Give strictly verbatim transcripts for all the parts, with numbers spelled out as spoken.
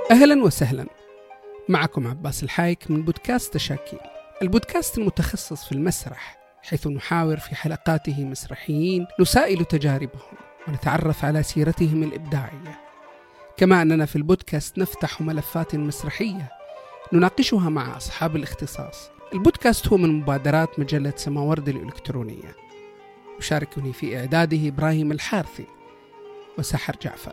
أهلا وسهلا، معكم عباس الحايك من بودكاست تشاكيل، البودكاست المتخصص في المسرح، حيث نحاور في حلقاته مسرحيين نسائل تجاربهم ونتعرف على سيرتهم الإبداعية. كما أننا في البودكاست نفتح ملفات مسرحية نناقشها مع أصحاب الاختصاص. البودكاست هو من مبادرات مجلة سماورد الإلكترونية. يشاركني في إعداده إبراهيم الحارثي وسحر جعفر.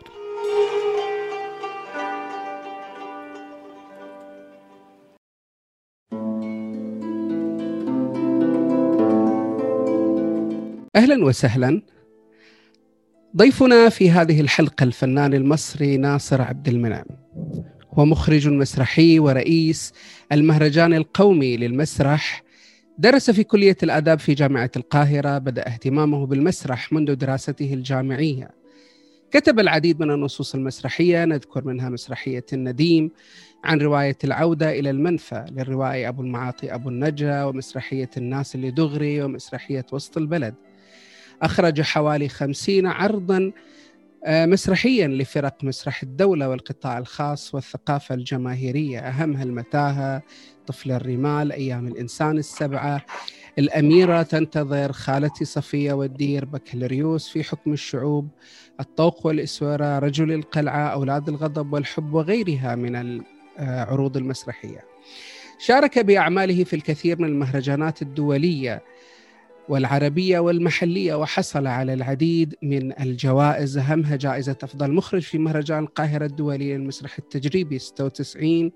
أهلا وسهلا. ضيفنا في هذه الحلقة الفنان المصري ناصر عبد المنعم، هو مخرج مسرحي ورئيس المهرجان القومي للمسرح. درس في كلية الآداب في جامعة القاهرة، بدأ اهتمامه بالمسرح منذ دراسته الجامعية. كتب العديد من النصوص المسرحية، نذكر منها مسرحية النديم عن رواية العودة إلى المنفى للروائي أبو المعاطي أبو النجا، ومسرحية الناس اللي دغري، ومسرحية وسط البلد. أخرج حوالي خمسين عرضاً مسرحياً لفرق مسرح الدولة والقطاع الخاص والثقافة الجماهيرية، أهمها المتاهة، طفل الرمال، أيام الإنسان السبعة، الأميرة تنتظر، خالتي صفية والدير، بكالوريوس في حكم الشعوب، الطوق والإسورة، رجل القلعة، أولاد الغضب والحب، وغيرها من العروض المسرحية. شارك بأعماله في الكثير من المهرجانات الدولية والعربية والمحلية، وحصل على العديد من الجوائز، أهمها جائزة أفضل مخرج في مهرجان القاهرة الدولي للمسرح التجريبي ستة وتسعين،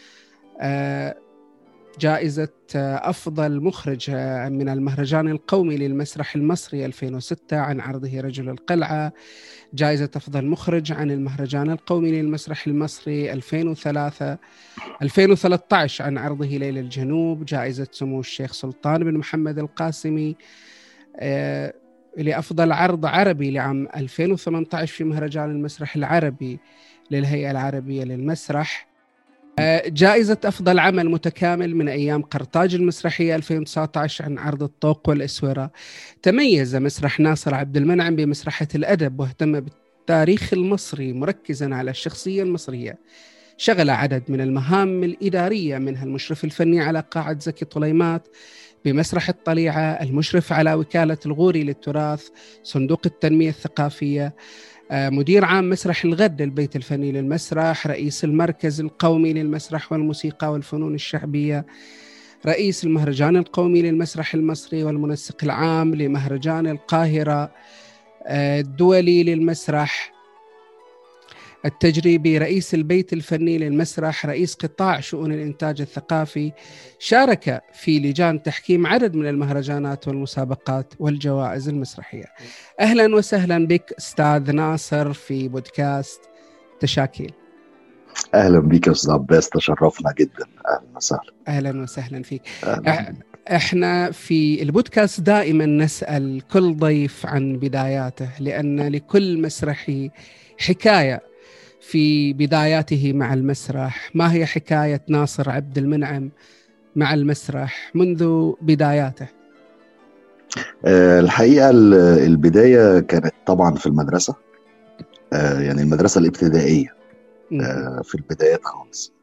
جائزة أفضل مخرج من المهرجان القومي للمسرح المصري ألفين وستة عن عرضه رجل القلعة، جائزة أفضل مخرج عن المهرجان القومي للمسرح المصري ألفين وثلاثة ألفين وثلاثة عشر عن عرضه ليل الجنوب، جائزة سمو الشيخ سلطان بن محمد القاسمي آه لأفضل عرض عربي لعام ألفين وثمانية عشر في مهرجان المسرح العربي للهيئة العربية للمسرح، آه جائزة أفضل عمل متكامل من أيام قرطاج المسرحية ألفين وتسعة عشر عن عرض الطوق والإسورة. تميز مسرح ناصر عبد المنعم بمسرحة الأدب، واهتم بالتاريخ المصري مركزا على الشخصية المصرية. شغل عدد من المهام الإدارية، منها المشرف الفني على قاعة زكي طليمات بمسرح الطليعة، المشرف على وكالة الغوري للتراث، صندوق التنمية الثقافية، مدير عام مسرح الغد البيت الفني للمسرح، رئيس المركز القومي للمسرح والموسيقى والفنون الشعبية، رئيس المهرجان القومي للمسرح المصري، والمنسق العام لمهرجان القاهرة الدولي للمسرح التجريبي، رئيس البيت الفني للمسرح، رئيس قطاع شؤون الإنتاج الثقافي. شارك في لجان تحكيم عدد من المهرجانات والمسابقات والجوائز المسرحية. أهلا وسهلا بك أستاذ ناصر في بودكاست تشاكيل. أهلا بك يا أستاذ عباس، تشرفنا جدا. أهلا وسهلا. أهلا وسهلا فيك. أهلا. احنا في البودكاست دائما نسأل كل ضيف عن بداياته، لأن لكل مسرحي حكاية في بداياته مع المسرح. ما هي حكاية ناصر عبد المنعم مع المسرح منذ بداياته؟ أه الحقيقة البداية كانت طبعا في المدرسة، أه يعني المدرسة الابتدائية، أه في البدايات خالص.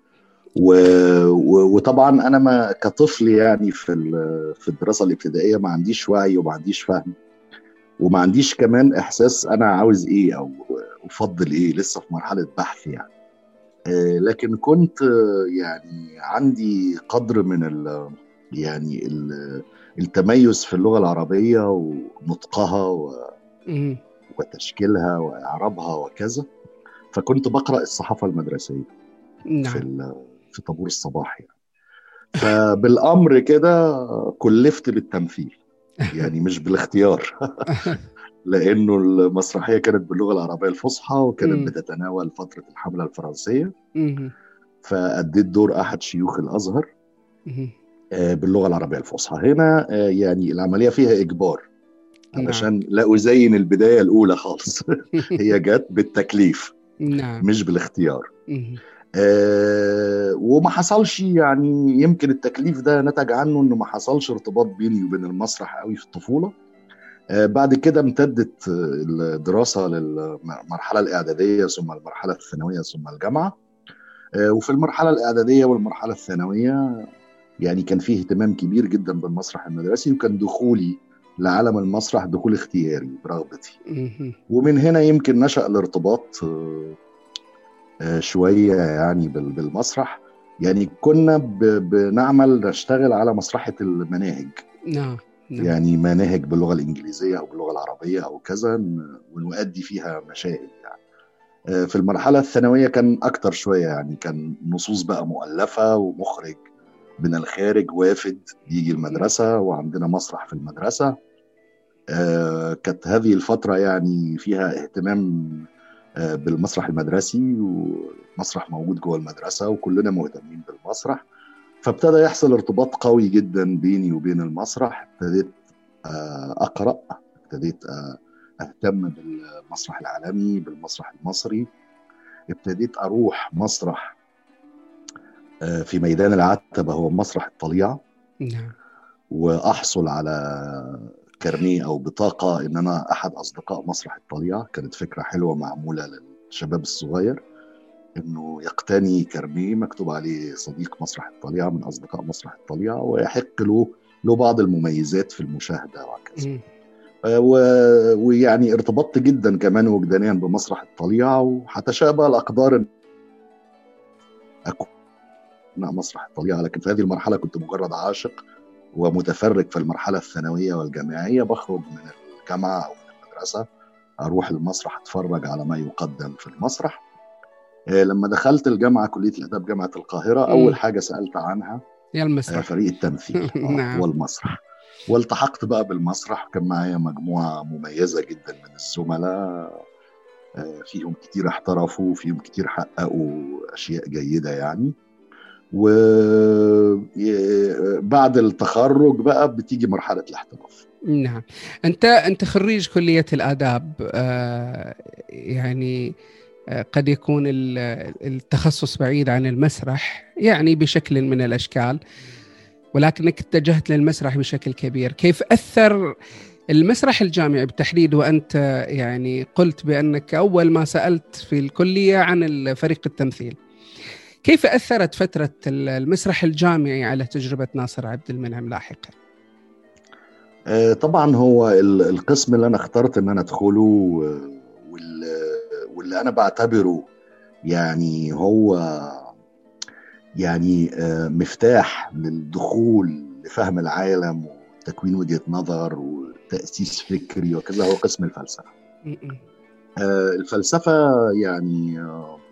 وطبعا أنا ما كطفل يعني في في الدراسة الابتدائية ما عنديش وعي وما عنديش فهم وما عنديش كمان إحساس أنا عاوز إيه أو أفضل إيه، لسه في مرحلة بحث يعني. لكن كنت يعني عندي قدر من ال يعني ال التميز في اللغة العربية ونطقها وتشكيلها وإعرابها وكذا، فكنت بقرأ الصحافة المدرسية في في طابور الصباح يعني. فبالأمر كده كلفت بالتمثيل، يعني مش بالاختيار لأنه المسرحية كانت باللغة العربية الفصحى وكانت بتتناول فترة الحملة الفرنسية، فأديت دور أحد شيوخ الأزهر باللغة العربية الفصحى. هنا يعني العملية فيها إجبار علشان لا أزين البداية الأولى خالص هي جت بالتكليف مش بالاختيار. أه وما حصلش يعني، يمكن التكليف ده نتج عنه إنه ما حصلش ارتباط بيني وبين المسرح قوي في الطفولة. بعد كده امتدت الدراسة للمرحلة الإعدادية ثم المرحلة الثانوية ثم الجامعة. وفي المرحلة الإعدادية والمرحلة الثانوية يعني كان فيه اهتمام كبير جدا بالمسرح المدرسي، وكان دخولي لعالم المسرح دخول اختياري برغبتي. ومن هنا يمكن نشأ الارتباط شوية يعني بالمسرح. يعني كنا بنعمل نشتغل على مسرحة المناهج. نعم. نعم. يعني مناهج باللغة الإنجليزية أو باللغة العربية أو كذا، ونؤدي فيها مشاهد. يعني في المرحلة الثانوية كان أكتر شوية، يعني كان نصوص بقى مؤلفة ومخرج من الخارج وافد يجي المدرسة، وعندنا مسرح في المدرسة. كانت هذه الفترة يعني فيها اهتمام بالمسرح المدرسي، ومسرح موجود جوه المدرسة وكلنا مهتمين بالمسرح. فابتدى يحصل ارتباط قوي جدا بيني وبين المسرح. ابتديت أقرأ، ابتديت أهتم بالمسرح العالمي، بالمسرح المصري. ابتديت أروح مسرح في ميدان العتبة، هو مسرح الطليعة. نعم. وأحصل على كارنيه أو بطاقة إن أنا أحد أصدقاء مسرح الطليعة. كانت فكرة حلوة معمولة للشباب الصغير، إنه يقتني كارنيه مكتوب عليه صديق مسرح الطليعة من أصدقاء مسرح الطليعة، ويحق له له بعض المميزات في المشاهدة وكذا. ويعني ارتبطت جدا كمان وجدانيا بمسرح الطليعة، وهتشابه الأقدار إن أكون مسرح الطليعة. لكن في هذه المرحلة كنت مجرد عاشق ومتفرج. في المرحلة الثانوية والجامعية بخرج من الجامعة أو من المدرسة أروح المسرح أتفرج على ما يقدم في المسرح. لما دخلت الجامعة كلية الآداب جامعة القاهرة، م. أول حاجة سألت عنها يا المسرح، فريق التمثيل نعم. والمسرح. والتحقت بقى بالمسرح. كان معايا مجموعة مميزة جدا من الزملاء، فيهم كتير احترفوا، فيهم كتير حققوا أشياء جيدة يعني. وبعد التخرج بقى بتيجي مرحلة الاحتراف. نعم. أنت أنت خريج كلية الآداب، آه يعني آه قد يكون التخصص بعيد عن المسرح يعني بشكل من الأشكال، ولكنك اتجهت للمسرح بشكل كبير. كيف أثر المسرح الجامعي بالتحديد، وأنت يعني قلت بأنك أول ما سألت في الكلية عن فريق التمثيل، كيف أثرت فترة المسرح الجامعي على تجربة ناصر عبد المنعم لاحقا؟ طبعا هو القسم اللي أنا اخترت أن أنا أدخله، واللي أنا بعتبره يعني هو يعني مفتاح للدخول لفهم العالم وتكوين وجهة نظر وتأسيس فكري وكذا، هو قسم الفلسفة. الفلسفة يعني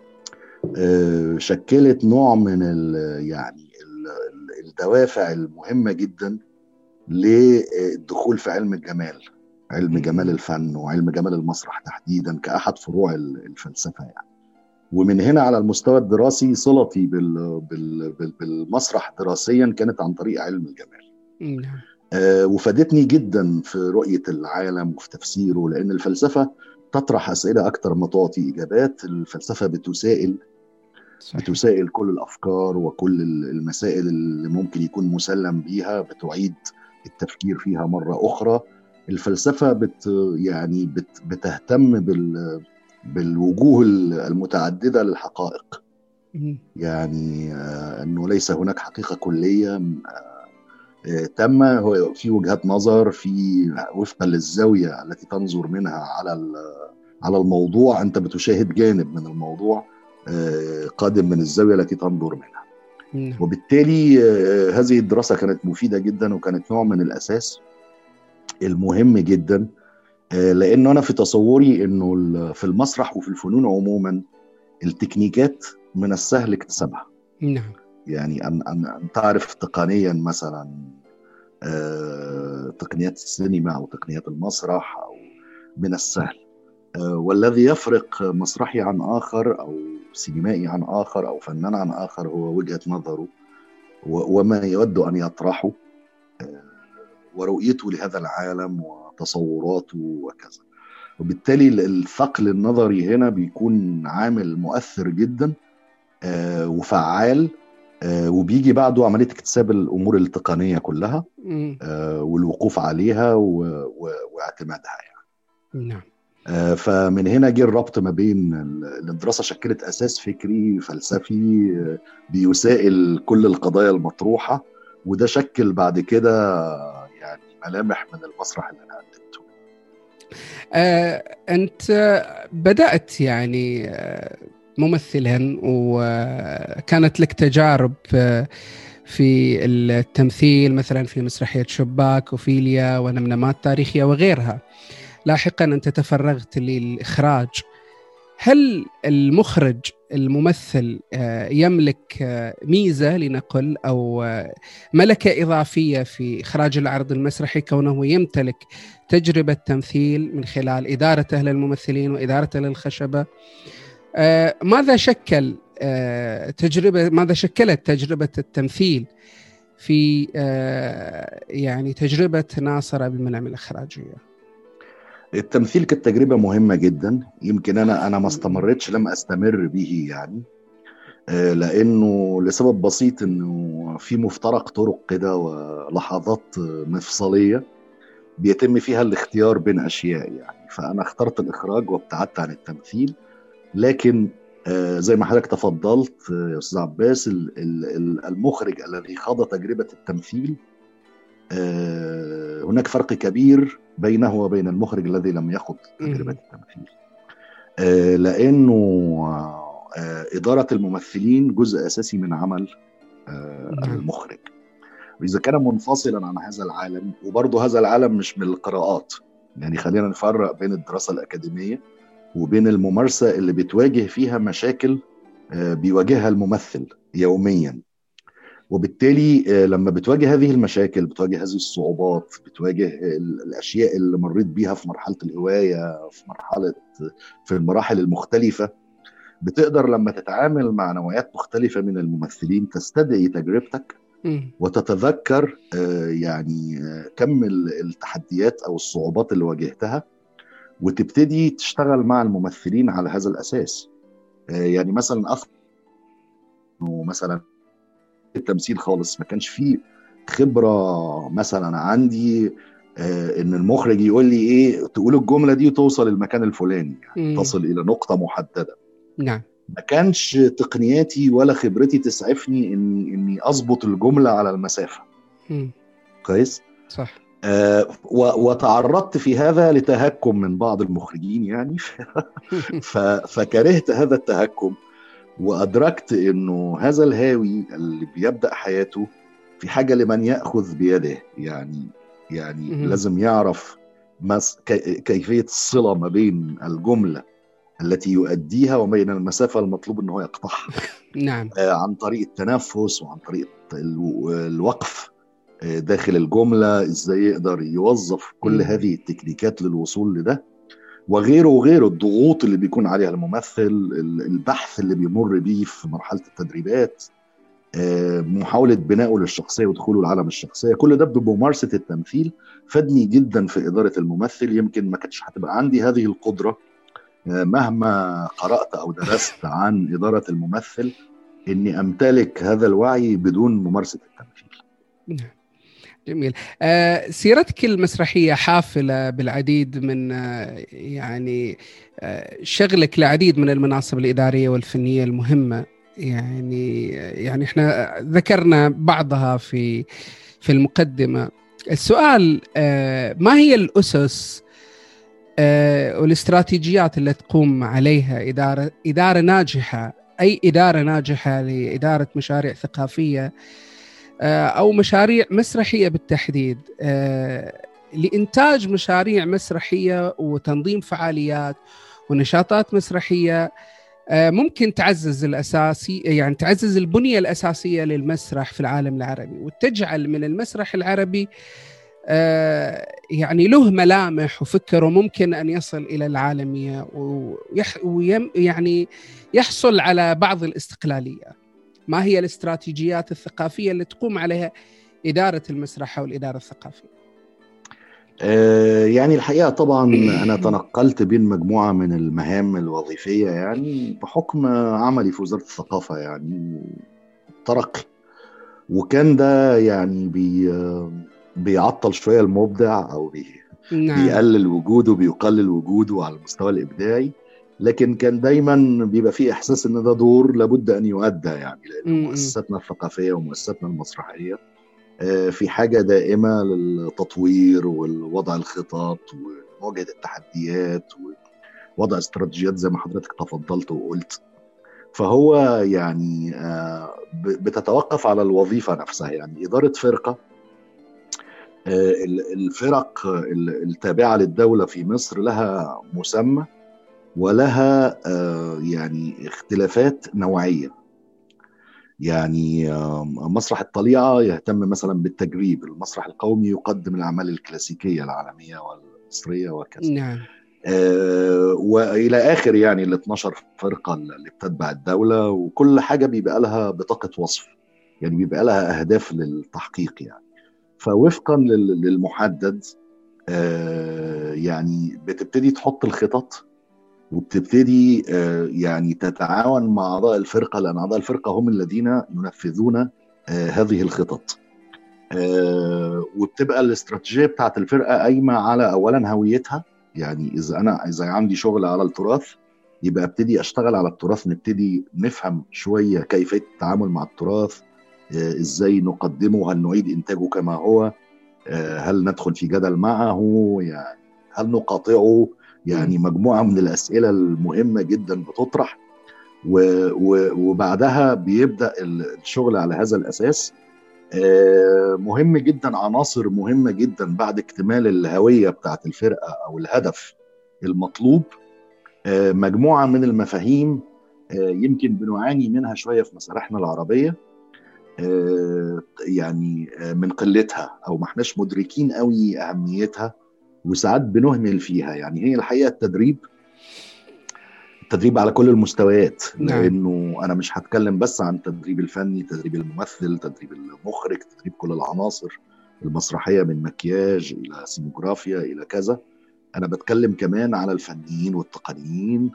شكلت نوع من ال يعني الدوافع المهمة جدا للدخول في علم الجمال، علم جمال الفن وعلم جمال المسرح تحديدا كأحد فروع الفلسفة يعني. ومن هنا على المستوى الدراسي صلتي بال بال بالمسرح دراسيا كانت عن طريق علم الجمال. آه وفادتني جدا في رؤية العالم وفي تفسيره، لأن الفلسفة تطرح أسئلة أكتر ما تعطي إجابات. الفلسفة بتسائل صحيح. بتسائل كل الأفكار وكل المسائل اللي ممكن يكون مسلم بيها، بتعيد التفكير فيها مرة أخرى. الفلسفة بت يعني بت بتهتم بال بالوجوه المتعددة للحقائق. يعني آه أنه ليس هناك حقيقة كلية آه تم، هو في وجهات نظر في وفقا للزاوية التي تنظر منها على على الموضوع. أنت بتشاهد جانب من الموضوع آه قادم من الزاوية التي تنظر منها. مم. وبالتالي آه هذه الدراسة كانت مفيدة جدا، وكانت نوع من الأساس المهم جدا، لأنه أنا في تصوري أنه في المسرح وفي الفنون عموما التكنيكات من السهل اكتسابها. نعم. يعني أن, أن, أن تعرف تقنيا مثلا آه تقنيات السينما أو تقنيات المسرح أو من السهل. آه والذي يفرق مسرحي عن آخر أو سينمائي عن آخر أو فنان عن آخر هو وجهة نظره وما يود أن يطرحه آه ورؤيته لهذا العالم وتصوراته وكذا. وبالتالي الثقل النظري هنا بيكون عامل مؤثر جدا آه وفعال آه وبيجي بعده عملية اكتساب الأمور التقنية كلها آه والوقوف عليها واعتمادها يعني. نعم. فمن هنا جه الربط ما بين الدراسة، شكلت أساس فكري فلسفي بيسائل كل القضايا المطروحة، وده شكل بعد كده يعني ملامح من المسرح اللي أنا قدمته. آه، أنت بدأت يعني ممثلا، وكانت لك تجارب في التمثيل مثلا في مسرحية شباك وفيليا ونمنمات تاريخية وغيرها. لاحقا أنت تفرغت للإخراج. هل المخرج الممثل يملك ميزة لنقل أو ملكة إضافية في إخراج العرض المسرحي، كونه يمتلك تجربة تمثيل من خلال إدارته للممثلين وإدارته للخشبة؟ ماذا شكل تجربة ماذا شكلت تجربة التمثيل في يعني تجربة ناصر أبي المنعم الإخراجية؟ التمثيل كانت تجربة مهمة جدا. يمكن أنا أنا ما استمرتش، لم أستمر به يعني، لأنه لسبب بسيط، إنه في مفترق طرق كده ولحظات مفصلية بيتم فيها الاختيار بين أشياء يعني. فأنا اخترت الإخراج وابتعدت عن التمثيل. لكن زي ما حضرتك تفضلت يا أستاذ عباس، المخرج الذي خاض تجربة التمثيل هناك فرق كبير بينه وبين المخرج الذي لم يخض تجربة التمثيل، لأنه إدارة الممثلين جزء أساسي من عمل المخرج، وإذا كان منفصلا عن هذا العالم، وبرضه هذا العالم مش من القراءات يعني. خلينا نفرق بين الدراسة الأكاديمية وبين الممارسة اللي بتواجه فيها مشاكل بيواجهها الممثل يوميا. وبالتالي لما بتواجه هذه المشاكل، بتواجه هذه الصعوبات، بتواجه الأشياء اللي مريت بيها في مرحلة الهواية، في مرحلة في المراحل المختلفة، بتقدر لما تتعامل مع نوعيات مختلفة من الممثلين تستدعي تجربتك وتتذكر يعني كم التحديات أو الصعوبات اللي واجهتها، وتبتدي تشتغل مع الممثلين على هذا الأساس. يعني مثلا أفضل مثلا التمثيل خالص ما كانش فيه خبرة مثلا عندي ان المخرج يقول لي ايه، تقول الجملة دي وتوصل المكان الفلاني يعني، تصل الى نقطة محددة. نعم. ما كانش تقنياتي ولا خبرتي تسعفني اني اني اضبط الجملة على المسافة. مم. كويس. صح. آه وتعرضت في هذا لتهكم من بعض المخرجين يعني فكرهت هذا التهكم، وأدركت إنه هذا الهاوي اللي بيبدأ حياته في حاجة لمن يأخذ بيده يعني يعني م- لازم يعرف كيفية الصلة ما بين الجملة التي يؤديها وبين المسافة المطلوب إنه يقطعها. نعم. آه عن طريق التنفس وعن طريق الوقف داخل الجملة، إزاي يقدر يوظف كل م- هذه التكنيكات للوصول لده، وغيره وغيره الضغوط اللي بيكون عليها الممثل، البحث اللي بيمر بيه في مرحلة التدريبات، محاولة بنائه للشخصية ودخوله لعالم الشخصية. كل ده بممارسة التمثيل فادني جدا في إدارة الممثل. يمكن ما كانتش هتبقى عندي هذه القدرة مهما قرأت أو درست عن إدارة الممثل، إني أمتلك هذا الوعي بدون ممارسة التمثيل. جميل. آه سيرتك المسرحية حافلة بالعديد من آه يعني آه شغلك لعديد من المناصب الإدارية والفنية المهمة يعني يعني احنا ذكرنا بعضها في في المقدمة. السؤال آه ما هي الأسس آه والاستراتيجيات التي تقوم عليها إدارة إدارة ناجحة، أي إدارة ناجحة لإدارة مشاريع ثقافية أو مشاريع مسرحية بالتحديد، لإنتاج مشاريع مسرحية وتنظيم فعاليات ونشاطات مسرحية ممكن تعزز الأساسي يعني تعزز البنية الأساسية للمسرح في العالم العربي، وتجعل من المسرح العربي يعني له ملامح وفكر وممكن أن يصل إلى العالمية ويعني يحصل على بعض الاستقلالية. ما هي الاستراتيجيات الثقافية اللي تقوم عليها إدارة المسرح أو الإدارة الثقافية؟ آه يعني الحقيقة طبعا أنا تنقلت بين مجموعة من المهام الوظيفية يعني بحكم عملي في وزارة الثقافة يعني ترقي، وكان ده يعني بي بيعطل شوية المبدع أو بي نعم. بيقلل وجوده بيقلل وجوده على المستوى الإبداعي، لكن كان دايما بيبقى فيه إحساس إن ده دور لابد أن يؤدى، يعني لأن مؤسساتنا الثقافية ومؤسساتنا المسرحية في حاجة دائمة للتطوير والوضع الخطط ومواجهة التحديات ووضع استراتيجيات زي ما حضرتك تفضلت وقلت. فهو يعني بتتوقف على الوظيفة نفسها، يعني إدارة فرقة، الفرق التابعة للدولة في مصر لها مسمى ولها يعني اختلافات نوعية. يعني مسرح الطليعة يهتم مثلا بالتجريب، المسرح القومي يقدم الأعمال الكلاسيكية العالمية والمصرية وكذا. نعم. آه وإلى آخر يعني ال اثناشر فرقة اللي بتتبع الدولة، وكل حاجة بيبقى لها بطاقة وصف، يعني بيبقى لها أهداف للتحقيق يعني. فوفقا للمحدد آه يعني بتبتدي تحط الخطط وبتبتدي يعني تتعاون مع أعضاء الفرقة، لأن أعضاء الفرقة هم الذين ينفذون هذه الخطط. وبتبقى الاستراتيجية بتاعت الفرقة قايمة على أولا هويتها، يعني إذا أنا إذا عندي شغل على التراث يبقى ابتدي أشتغل على التراث، نبتدي نفهم شوية كيفية التعامل مع التراث، إزاي نقدمه، هل نعيد إنتاجه كما هو، هل ندخل في جدل معه، يعني هل نقاطعه، يعني مجموعة من الأسئلة المهمة جدا بتطرح، وبعدها بيبدأ الشغل على هذا الأساس. مهم جدا، عناصر مهمة جدا بعد اكتمال الهوية بتاعت الفرقة أو الهدف المطلوب، مجموعة من المفاهيم يمكن بنعاني منها شوية في مسارحنا العربية، يعني من قلتها أو ما احناش مدركين قوي أهميتها، وساعات بنهمل فيها. يعني هي الحقيقة التدريب التدريب على كل المستويات، لأنه أنا مش هتكلم بس عن التدريب الفني، تدريب الممثل، تدريب المخرج، تدريب كل العناصر المسرحية من مكياج إلى سينوغرافيا إلى كذا. أنا بتكلم كمان على الفنيين والتقنيين،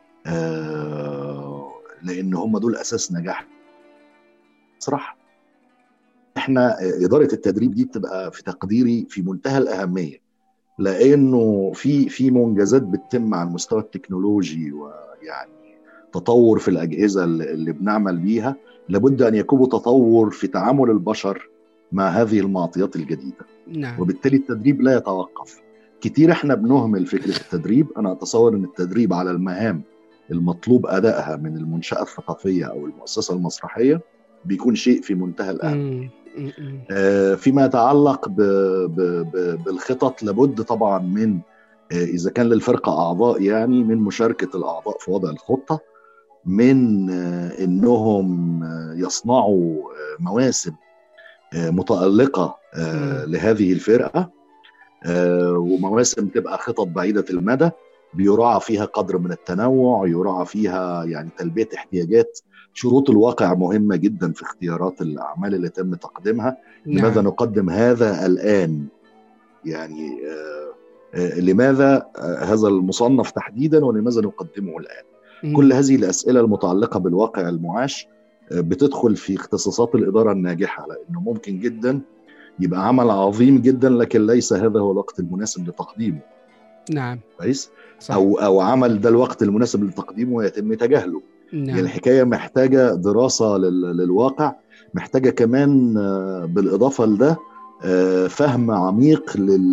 آه لأن هم دول أساس نجاح المسرح. إحنا إدارة التدريب دي بتبقى في تقديري في منتهى الأهمية، لأنه في في منجزات بتتم على المستوى التكنولوجي، ويعني تطور في الأجهزة اللي بنعمل بيها، لابد أن يكون تطور في تعامل البشر مع هذه المعطيات الجديدة. نعم. وبالتالي التدريب لا يتوقف. كتير احنا بنهمل فكرة التدريب. أنا أتصور أن التدريب على المهام المطلوب أدائها من المنشأة الثقافية أو المؤسسة المسرحية بيكون شيء في منتهى الأهمية. آه فيما يتعلق ب ب ب بالخطط، لابد طبعا من آه إذا كان للفرقة أعضاء، يعني من مشاركة الأعضاء في وضع الخطة، من آه إنهم آه يصنعوا آه مواسم آه متألقة آه لهذه الفرقة، آه ومواسم تبقى خطط بعيدة المدى بيراعى فيها قدر من التنوع، يراعى فيها يعني تلبية احتياجات. شروط الواقع مهمة جدا في اختيارات الأعمال اللي تم تقديمها. نعم. لماذا نقدم هذا الآن؟ يعني آه آه لماذا آه هذا المصنف تحديدا، ولماذا نقدمه الآن؟ م. كل هذه الأسئلة المتعلقة بالواقع المعاش آه بتدخل في اختصاصات الإدارة الناجحة، لأنه ممكن جدا يبقى عمل عظيم جدا لكن ليس هذا هو الوقت المناسب لتقديمه. نعم. كويس. أو أو عمل ده الوقت المناسب لتقديمه ويتم تجاهله. نعم. يعني الحكاية محتاجة دراسة للواقع، محتاجة كمان بالإضافة لده فهم عميق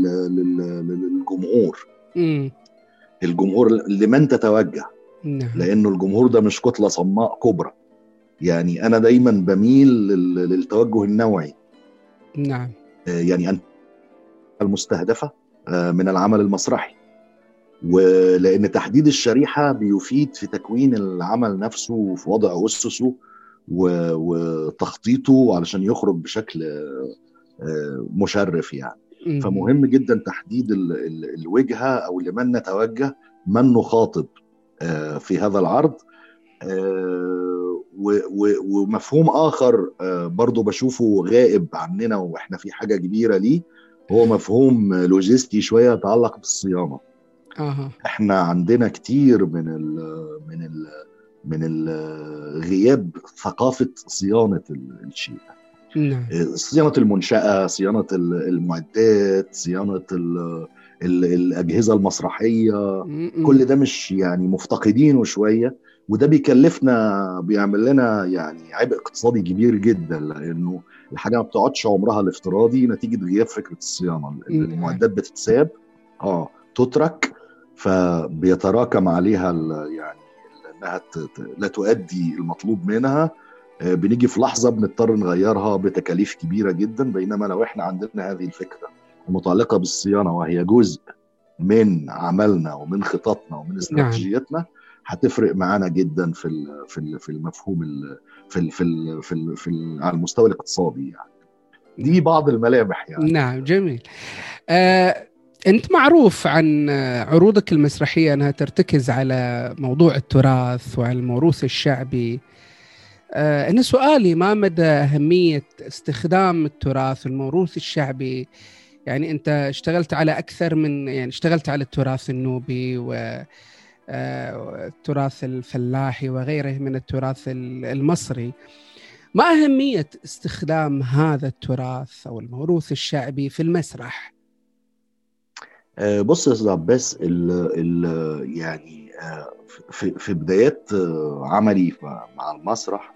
للجمهور. م. الجمهور لمن تتوجه. نعم. لأنه الجمهور ده مش كتلة صماء كبرى. يعني أنا دايما بميل للتوجه النوعي. نعم. يعني أنت المستهدفة من العمل المسرحي، ولأن تحديد الشريحة بيفيد في تكوين العمل نفسه وفي وضع أسسه وتخطيطه علشان يخرج بشكل مشرف يعني. م- فمهم جدا تحديد الوجهة أو لمن نتوجه، من نخاطب في هذا العرض. ومفهوم آخر برضو بشوفه غائب عننا وإحنا في حاجة كبيرة ليه، هو مفهوم لوجستي شوية يتعلق بالصيانة. أه. احنا عندنا كتير من ال من ال من الغياب ثقافة صيانة الشيء. نعم. صيانة المنشأة، صيانة المعدات، صيانة الأجهزة المسرحية، كل ده مش يعني مفتقدينه شوية، وده بيكلفنا بيعمل لنا يعني عبء اقتصادي كبير جدا، لأنه الحاجة ما بتقعدش عمرها الافتراضي نتيجة غياب فكرة الصيانة. المعدات بتتساب اه تترك، فبيتراكم عليها يعني انها لا تؤدي المطلوب منها، بنيجي في لحظة بنضطر نغيرها بتكاليف كبيرة جدا. بينما لو احنا عندنا هذه الفكرة المتعلقة بالصيانة وهي جزء من عملنا ومن خططنا ومن استراتيجيتنا، نعم. هتفرق معانا جدا في في في المفهوم في في في في على المستوى الاقتصادي يعني. دي بعض الملامح يعني. نعم جميل. آه، أنت معروف عن عروضك المسرحية أنها ترتكز على موضوع التراث وعلى الموروث الشعبي. آه، أنا سؤالي ما مدى أهمية استخدام التراث والموروث الشعبي؟ يعني أنت اشتغلت على أكثر من يعني اشتغلت على التراث النوبي والتراث الفلاحي وغيره من التراث المصري. ما أهمية استخدام هذا التراث أو الموروث الشعبي في المسرح؟ بص يا أستاذ عباس، ال ال يعني في في بدايات عملي مع المسرح،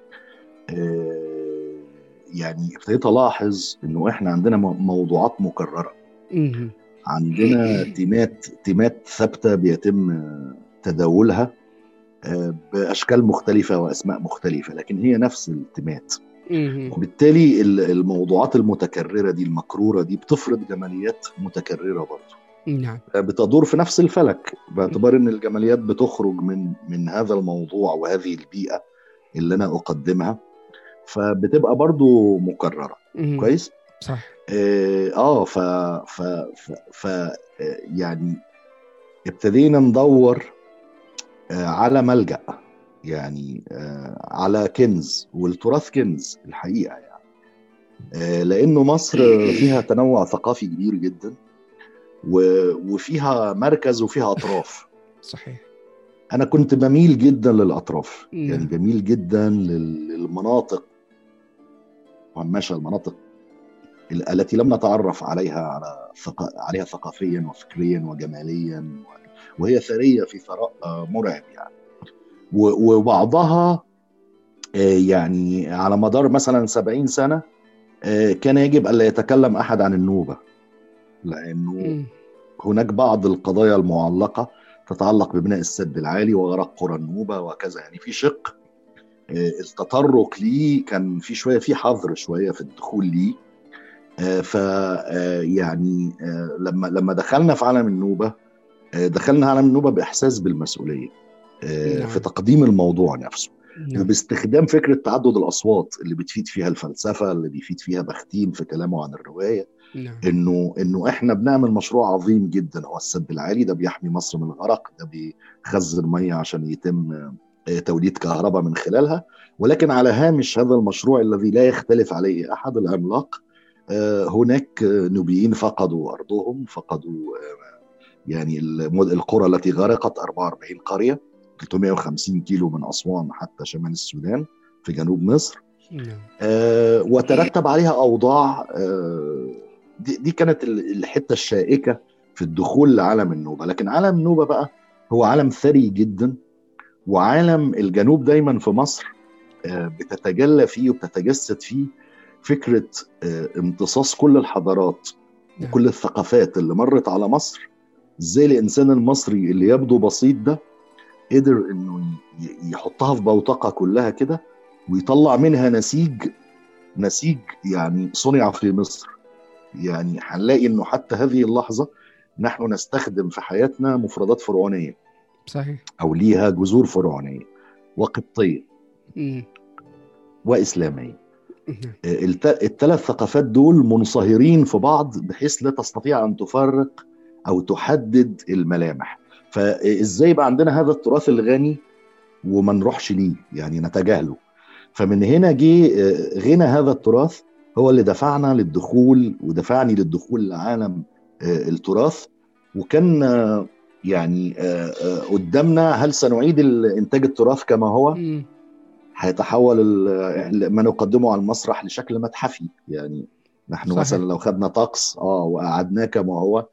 يعني ابتديت الاحظ انه احنا عندنا موضوعات مكرره، عندنا تيمات تيمات ثابته بيتم تداولها باشكال مختلفه واسماء مختلفه، لكن هي نفس التيمات. وبالتالي الموضوعات المتكرره دي المكروره دي بتفرض جماليات متكرره برضه، نعم، بتدور في نفس الفلك، باعتبار ان الجماليات بتخرج من من هذا الموضوع وهذه البيئه اللي انا اقدمها، فبتبقى برضو مكررة. مم. كويس صح. اه ف ف ف, ف يعني ابتدينا ندور على ملجأ، يعني على كنز، والتراث كنز الحقيقة يعني، لأنه مصر فيها تنوع ثقافي كبير جدا، وفيها مركز وفيها أطراف. صحيح. أنا كنت بميل جدا للأطراف، مم. يعني بميل جدا للمناطق مهمشة، المناطق التي لم نتعرف عليها على ثق... عليها ثقافيا وفكريا وجماليا، وهي ثرية في ثراء مرعب يعني. وبعضها يعني على مدار مثلا سبعين سنة كان يجب ألا يتكلم أحد عن النوبة، لأنه هناك بعض القضايا المعلقة تتعلق ببناء السد العالي وغرق قرى النوبة وكذا، يعني في شق التطرق ليه كان في شوية في حظر شوية في الدخول ليه. ف يعني لما لما دخلنا في عالم النوبة، دخلنا عالم النوبة بإحساس بالمسؤولية في تقديم الموضوع نفسه، وباستخدام فكرة تعدد الأصوات اللي بتفيد فيها الفلسفة، اللي بيفيد فيها بختين في كلامه عن الرواية. إنه إنه إحنا بنعمل مشروع عظيم جدا هو السد العالي، ده بيحمي مصر من الغرق، ده بيخزن مية عشان يتم توليد كهرباء من خلالها، ولكن على هامش هذا المشروع الذي لا يختلف عليه أحد العملاق، هناك نوبيين فقدوا أرضهم، فقدوا يعني القرى التي غرقت، أربعة وأربعين قرية، ثلاثمائة وخمسين كيلو من أسوان حتى شمال السودان في جنوب مصر. آه وترتب عليها أوضاع، آه دي, دي كانت الحتة الشائكة في الدخول لعالم النوبة. لكن عالم النوبة بقى هو عالم ثري جدا، وعالم الجنوب دايما في مصر آه بتتجلى فيه وبتتجسد فيه فكرة امتصاص كل الحضارات وكل الثقافات اللي مرت على مصر. ازاي الإنسان المصري اللي يبدو بسيط ده قدر انه يحطها في بوتقة كلها كده ويطلع منها نسيج نسيج يعني صنع في مصر. يعني هنلاقي انه حتى هذه اللحظة نحن نستخدم في حياتنا مفردات فرعونية، صحيح، او ليها جذور فرعونية وقبطية م. وإسلامية. الثلاث ثقافات دول منصهرين في بعض بحيث لا تستطيع أن تفرق أو تحدد الملامح. فإزاي بقى عندنا هذا التراث الغني وما نروحش ليه، يعني نتجاهله؟ فمن هنا جه غنى هذا التراث هو اللي دفعنا للدخول، ودفعني للدخول لعالم التراث. وكان يعني قدامنا هل سنعيد الإنتاج التراث كما هو؟ م. هيتحول ما نقدمه على المسرح لشكل متحفي. يعني نحن صحيح. مثلا لو خدنا طقس اه وقعدناه كما هو،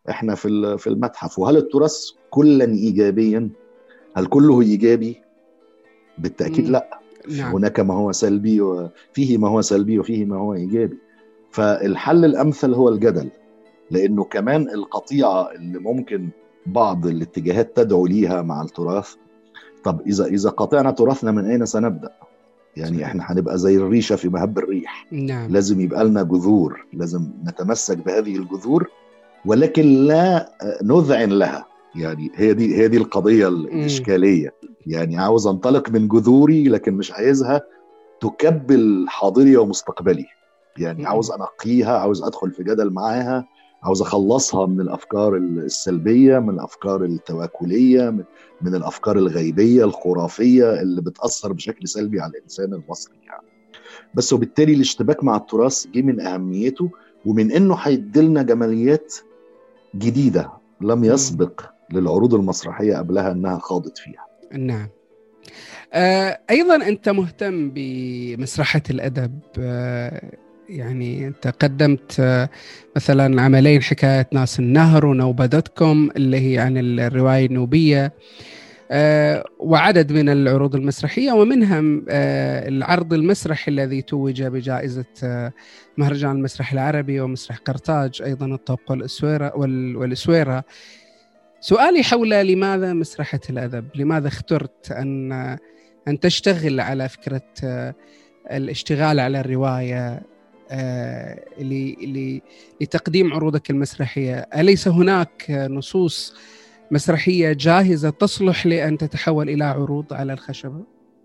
احنا في في المتحف. وهل التراث كلا ايجابيا؟ هل كله ايجابي؟ بالتاكيد لا. نعم. هناك ما هو سلبي، وفيه ما هو سلبي، وفيه ما هو ايجابي. فالحل الامثل هو الجدل، لانه كمان القطيعه اللي ممكن بعض الاتجاهات تدعو ليها مع التراث، طب اذا اذا قطعنا تراثنا من اين سنبدا؟ يعني صحيح. احنا هنبقى زي الريشه في مهب الريح. نعم. لازم يبقى لنا جذور، لازم نتمسك بهذه الجذور، ولكن لا نذعن لها. يعني هي دي هي دي القضيه الاشكاليه. يعني عاوز انطلق من جذوري، لكن مش عايزها تكبل حاضري ومستقبلي. يعني عاوز انقيها، عاوز ادخل في جدل معاها، عاوز اخلصها من الافكار السلبيه، من الافكار التواكليه، من, من الافكار الغيبيه الخرافيه اللي بتاثر بشكل سلبي على الانسان المصري يعني. بس وبالتالي الاشتباك مع التراث جه من اهميته، ومن انه هيديلنا جماليات جديده لم يسبق للعروض المسرحيه قبلها انها خاضت فيها. نعم. آه ايضا انت مهتم بمسرحه الادب. آه يعني أنت قدمت مثلا عملين، حكاية ناس النهر ونوبة دوت كوم اللي هي عن الرواية النوبية، وعدد من العروض المسرحية، ومنها العرض المسرحي الذي توج بجائزة مهرجان المسرح العربي ومسرح قرطاج، أيضا الطوق والأسويرة. سؤالي حول لماذا مسرحة الأدب؟ لماذا اخترت أن أن تشتغل على فكرة الاشتغال على الرواية آه، لتقديم عروضك المسرحية؟ أليس هناك نصوص مسرحية جاهزة تصلح لأن تتحول إلى عروض على الخشبة؟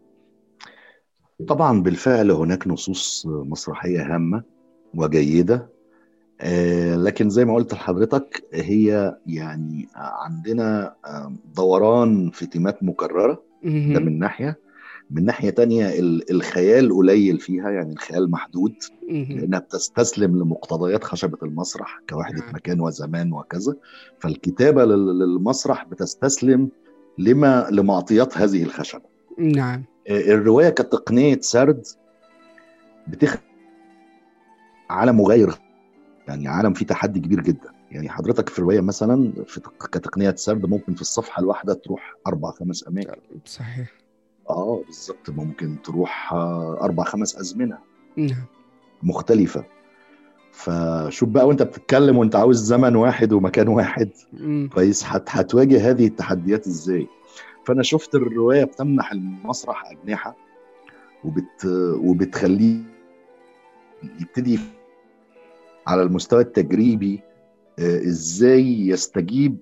طبعا بالفعل هناك نصوص مسرحية هامة وجيدة، آه، لكن زي ما قلت لحضرتك هي يعني عندنا دوران في تيمات مكررة. ده من ناحية. من ناحية تانية الخيال قليل فيها، يعني الخيال محدود، لأنها بتستسلم لمقتضيات خشبة المسرح كوحدة مكان وزمان وكذا. فالكتابة للمسرح بتستسلم لما لمعطيات هذه الخشبة. نعم. الرواية كتقنية سرد بتخ عالم مغاير، يعني عالم فيه تحدي كبير جدا. يعني حضرتك في رواية مثلا في كتقنية سرد ممكن في الصفحة الواحدة تروح أربع خمس أماكن. صحيح. اه بالظبط، ممكن تروح اربع خمس ازمنه نعم مختلفه. فشوف بقى وانت بتتكلم وانت عاوز زمن واحد ومكان واحد كويس، هتواجه هذه التحديات ازاي؟ فانا شفت الروايه بتمنح المسرح اجنحه، وبت وبتخليه يبتدي على المستوى التجريبي ازاي يستجيب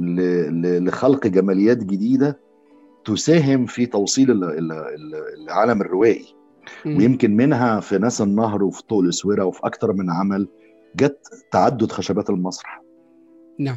لخلق جماليات جديده تساهم في توصيل العالم الروائي. م. ويمكن منها في ناس النهر وفي طوق الأسويرة وفي أكتر من عمل جت تعدد خشبات المسرح. نعم.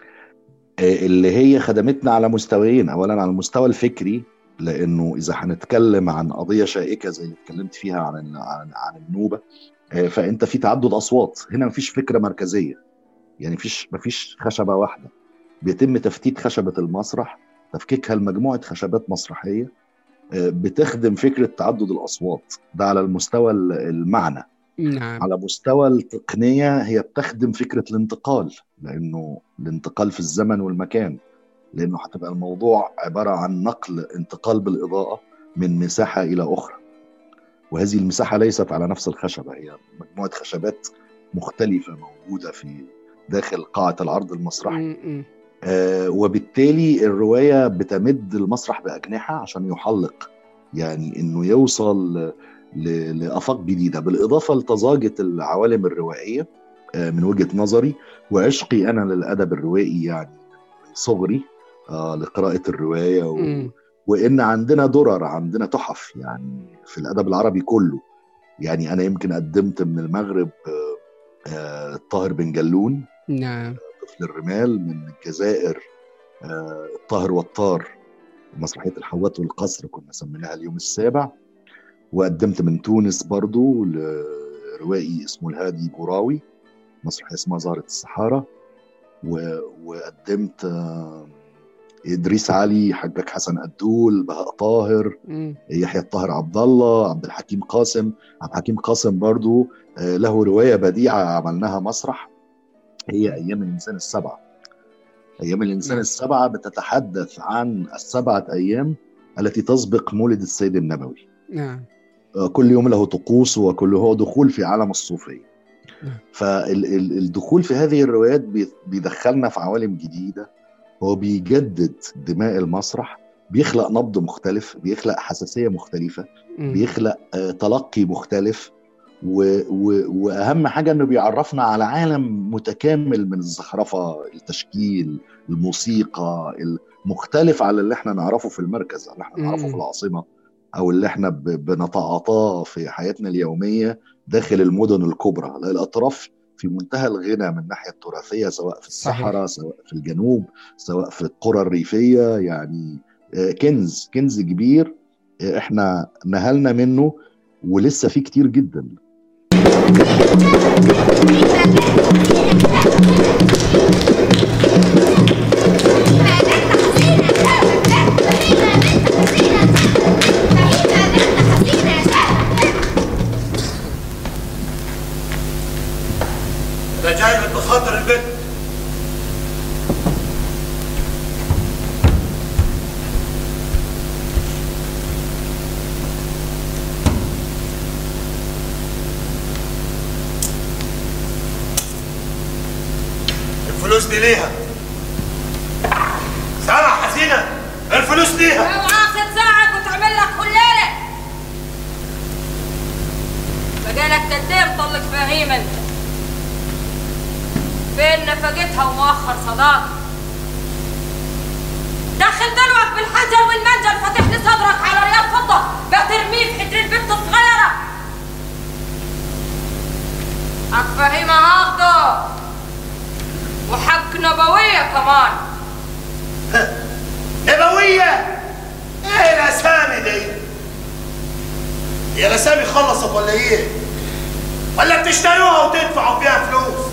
اللي هي خدمتنا على مستويين. أولا على المستوى الفكري، لأنه إذا هنتكلم عن قضية شائكة زي اللي اتكلمت فيها عن عن, عن النوبة، فأنت في تعدد أصوات. هنا مفيش فكرة مركزية، يعني مفيش مفيش خشبة واحدة. بيتم تفتيت خشبة المسرح، تفكيكها لمجموعة خشبات مسرحية بتخدم فكرة تعدد الأصوات. ده على المستوى المعنى. نعم. على مستوى التقنية هي بتخدم فكرة الانتقال، لأنه الانتقال في الزمن والمكان، لأنه هتبقى الموضوع عبارة عن نقل انتقال بالإضاءة من مساحة إلى أخرى، وهذه المساحة ليست على نفس الخشبة، هي مجموعة خشبات مختلفة موجودة في داخل قاعة العرض المسرحي. آه وبالتالي الرواية بتمد المسرح بأجنحة عشان يحلق، يعني إنه يوصل ل... لآفاق جديدة، بالإضافة لتزاجة العوالم الروائية. آه من وجهة نظري وعشقي أنا للأدب الروائي، يعني من صغري آه لقراءة الرواية و... وإن عندنا درر، عندنا تحف يعني في الأدب العربي كله. يعني أنا يمكن قدمت من المغرب آه آه الطاهر بن جلون. نعم. طفل الرمال. من الجزائر آه الطاهر والطار، مسرحية الحوات والقصر كنا سميناها اليوم السابع. وقدمت من تونس برضو لروائي اسمه الهادي بوراوي، مسرحية اسمها زهرة الصحارى. و... وقدمت آه إدريس علي، حجاج حسن أدول، بهاء طاهر، يحيى الطاهر عبد الله، عبد الحكيم قاسم. عبد الحكيم قاسم برضو آه له رواية بديعة عملناها مسرح، هي أيام الإنسان السبعة. أيام الإنسان السبعة بتتحدث عن السبعة أيام التي تسبق مولد السيد النبوي. نعم. كل يوم له طقوس، وكل هو دخول في عالم الصوفية. نعم. فالدخول في هذه الروايات بيدخلنا في عوالم جديدة، هو بيجدد دماء المسرح، بيخلق نبض مختلف، بيخلق حساسية مختلفة، مم. بيخلق تلقي مختلف، و و وأهم حاجة أنه بيعرفنا على عالم متكامل من الزخرفة، التشكيل، الموسيقى، المختلف على اللي احنا نعرفه في المركز، اللي احنا نعرفه في مم. العاصمة، أو اللي احنا ب- بنتعاطاه في حياتنا اليومية داخل المدن الكبرى. الأطراف في منتهى الغنى من الناحية التراثية، سواء في صحيح. الصحراء، سواء في الجنوب، سواء في القرى الريفية. يعني آه، كنز كنز كبير، آه، احنا نهلنا منه، ولسه فيه كتير جدا. ده جاي لك بخاطر البيت. الفلوس دي ليها. سامع حزينة؟ الفلوس ليها. اوعى تتزعج وتعمل لك كل ليلة. بقالك قدام طلق فهيم انت. فين نفقتها ومؤخر صداق؟ دخل دلوك بالحجر والمنجل، فتح لي صدرك على ريال فضة بترميه في حجر البنت الصغيرة. حق فهيمة هاخده، وحق نبوية كمان. نبوية؟ ايه الاسامي دي؟ هي الاسامي خلصت ولا ايه؟ ولا بتشتروها وتدفعوا فيها فلوس؟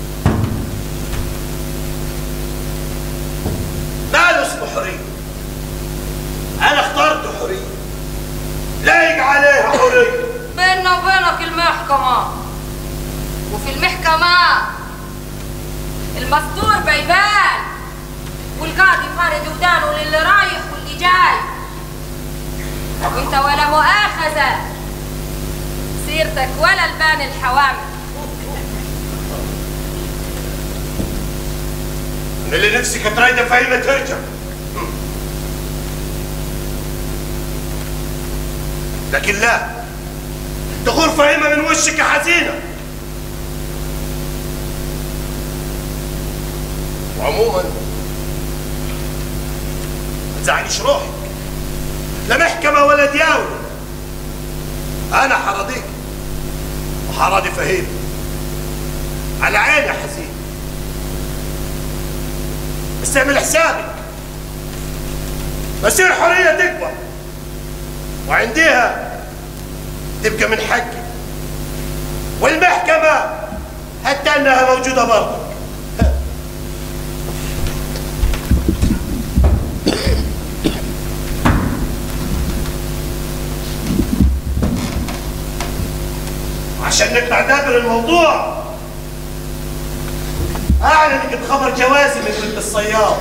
ماله اسمه حرية؟ انا اخترت حرية، لايق عليها حرية. بيننا وبينك المحكمة، وفي المحكمة المستور بيبان، والقاضي فارد ودانه للي رايح واللي جاي، وانت ولا مؤاخذة سيرتك ولا البان الحوامل. من اللي نفسك ترايده فهيمة ترجع، لكن لا، تغور فهيمة من وشك يا حزينة. وعموما ما تزعليش روحك، لا محكمة ولا دياولة، أنا حراضيك وحراضي فهيمة على عيني يا حزين. بس اعمل حسابك، مصير حرية تكبر، وعنديها تبقى من حقي، والمحكمة حتى انها موجودة برضه. عشان نقطع دابر الموضوع، اعلن انك بخبر جوازي من بنت الصياد.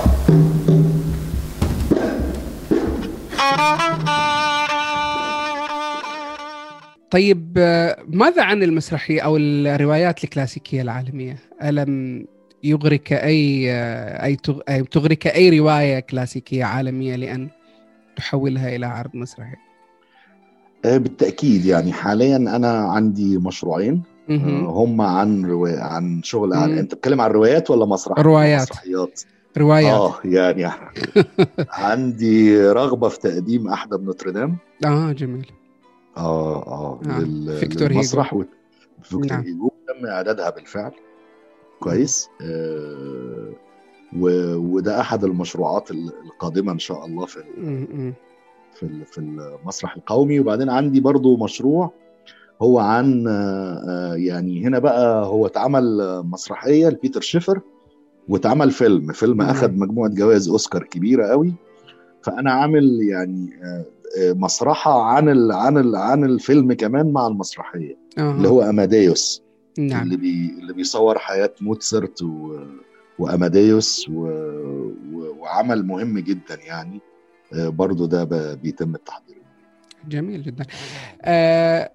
طيب ماذا عن المسرحية أو الروايات الكلاسيكية العالمية؟ ألم يغرك أي أي تغرك أي رواية كلاسيكية عالمية لأن تحولها إلى عرض مسرحي؟ بالتأكيد. يعني حاليا أنا عندي مشروعين هم عن رواية، عن شغل عن... أنت بتكلم عن روايات ولا مسرح؟ روايات. مسرحيات. روايات. آه يعني عندي رغبة في تقديم أحدى بنوتردام. آه جميل. آه آه, آه. لل... للمسرح و... فيكتور نعم. هيجو تم إعدادها بالفعل. كويس. آه و... وده أحد المشروعات القادمة إن شاء الله في ال... في في المسرح القومي. وبعدين عندي برضو مشروع هو عن يعني هنا بقى هو اتعمل مسرحية لبيتر شيفر، واتعمل فيلم فيلم أخذ مجموعة جوائز أوسكار كبيرة قوي. فأنا عامل يعني مسرحة عن ال عن ال عن الفيلم كمان مع المسرحية. أه. اللي هو أماديوس. نعم. اللي بي اللي بيصور حياة موتسرت و وأماديوس و... و... وعمل مهم جدا يعني برضو ده ب... بيتم التحضير. جميل جدا. آه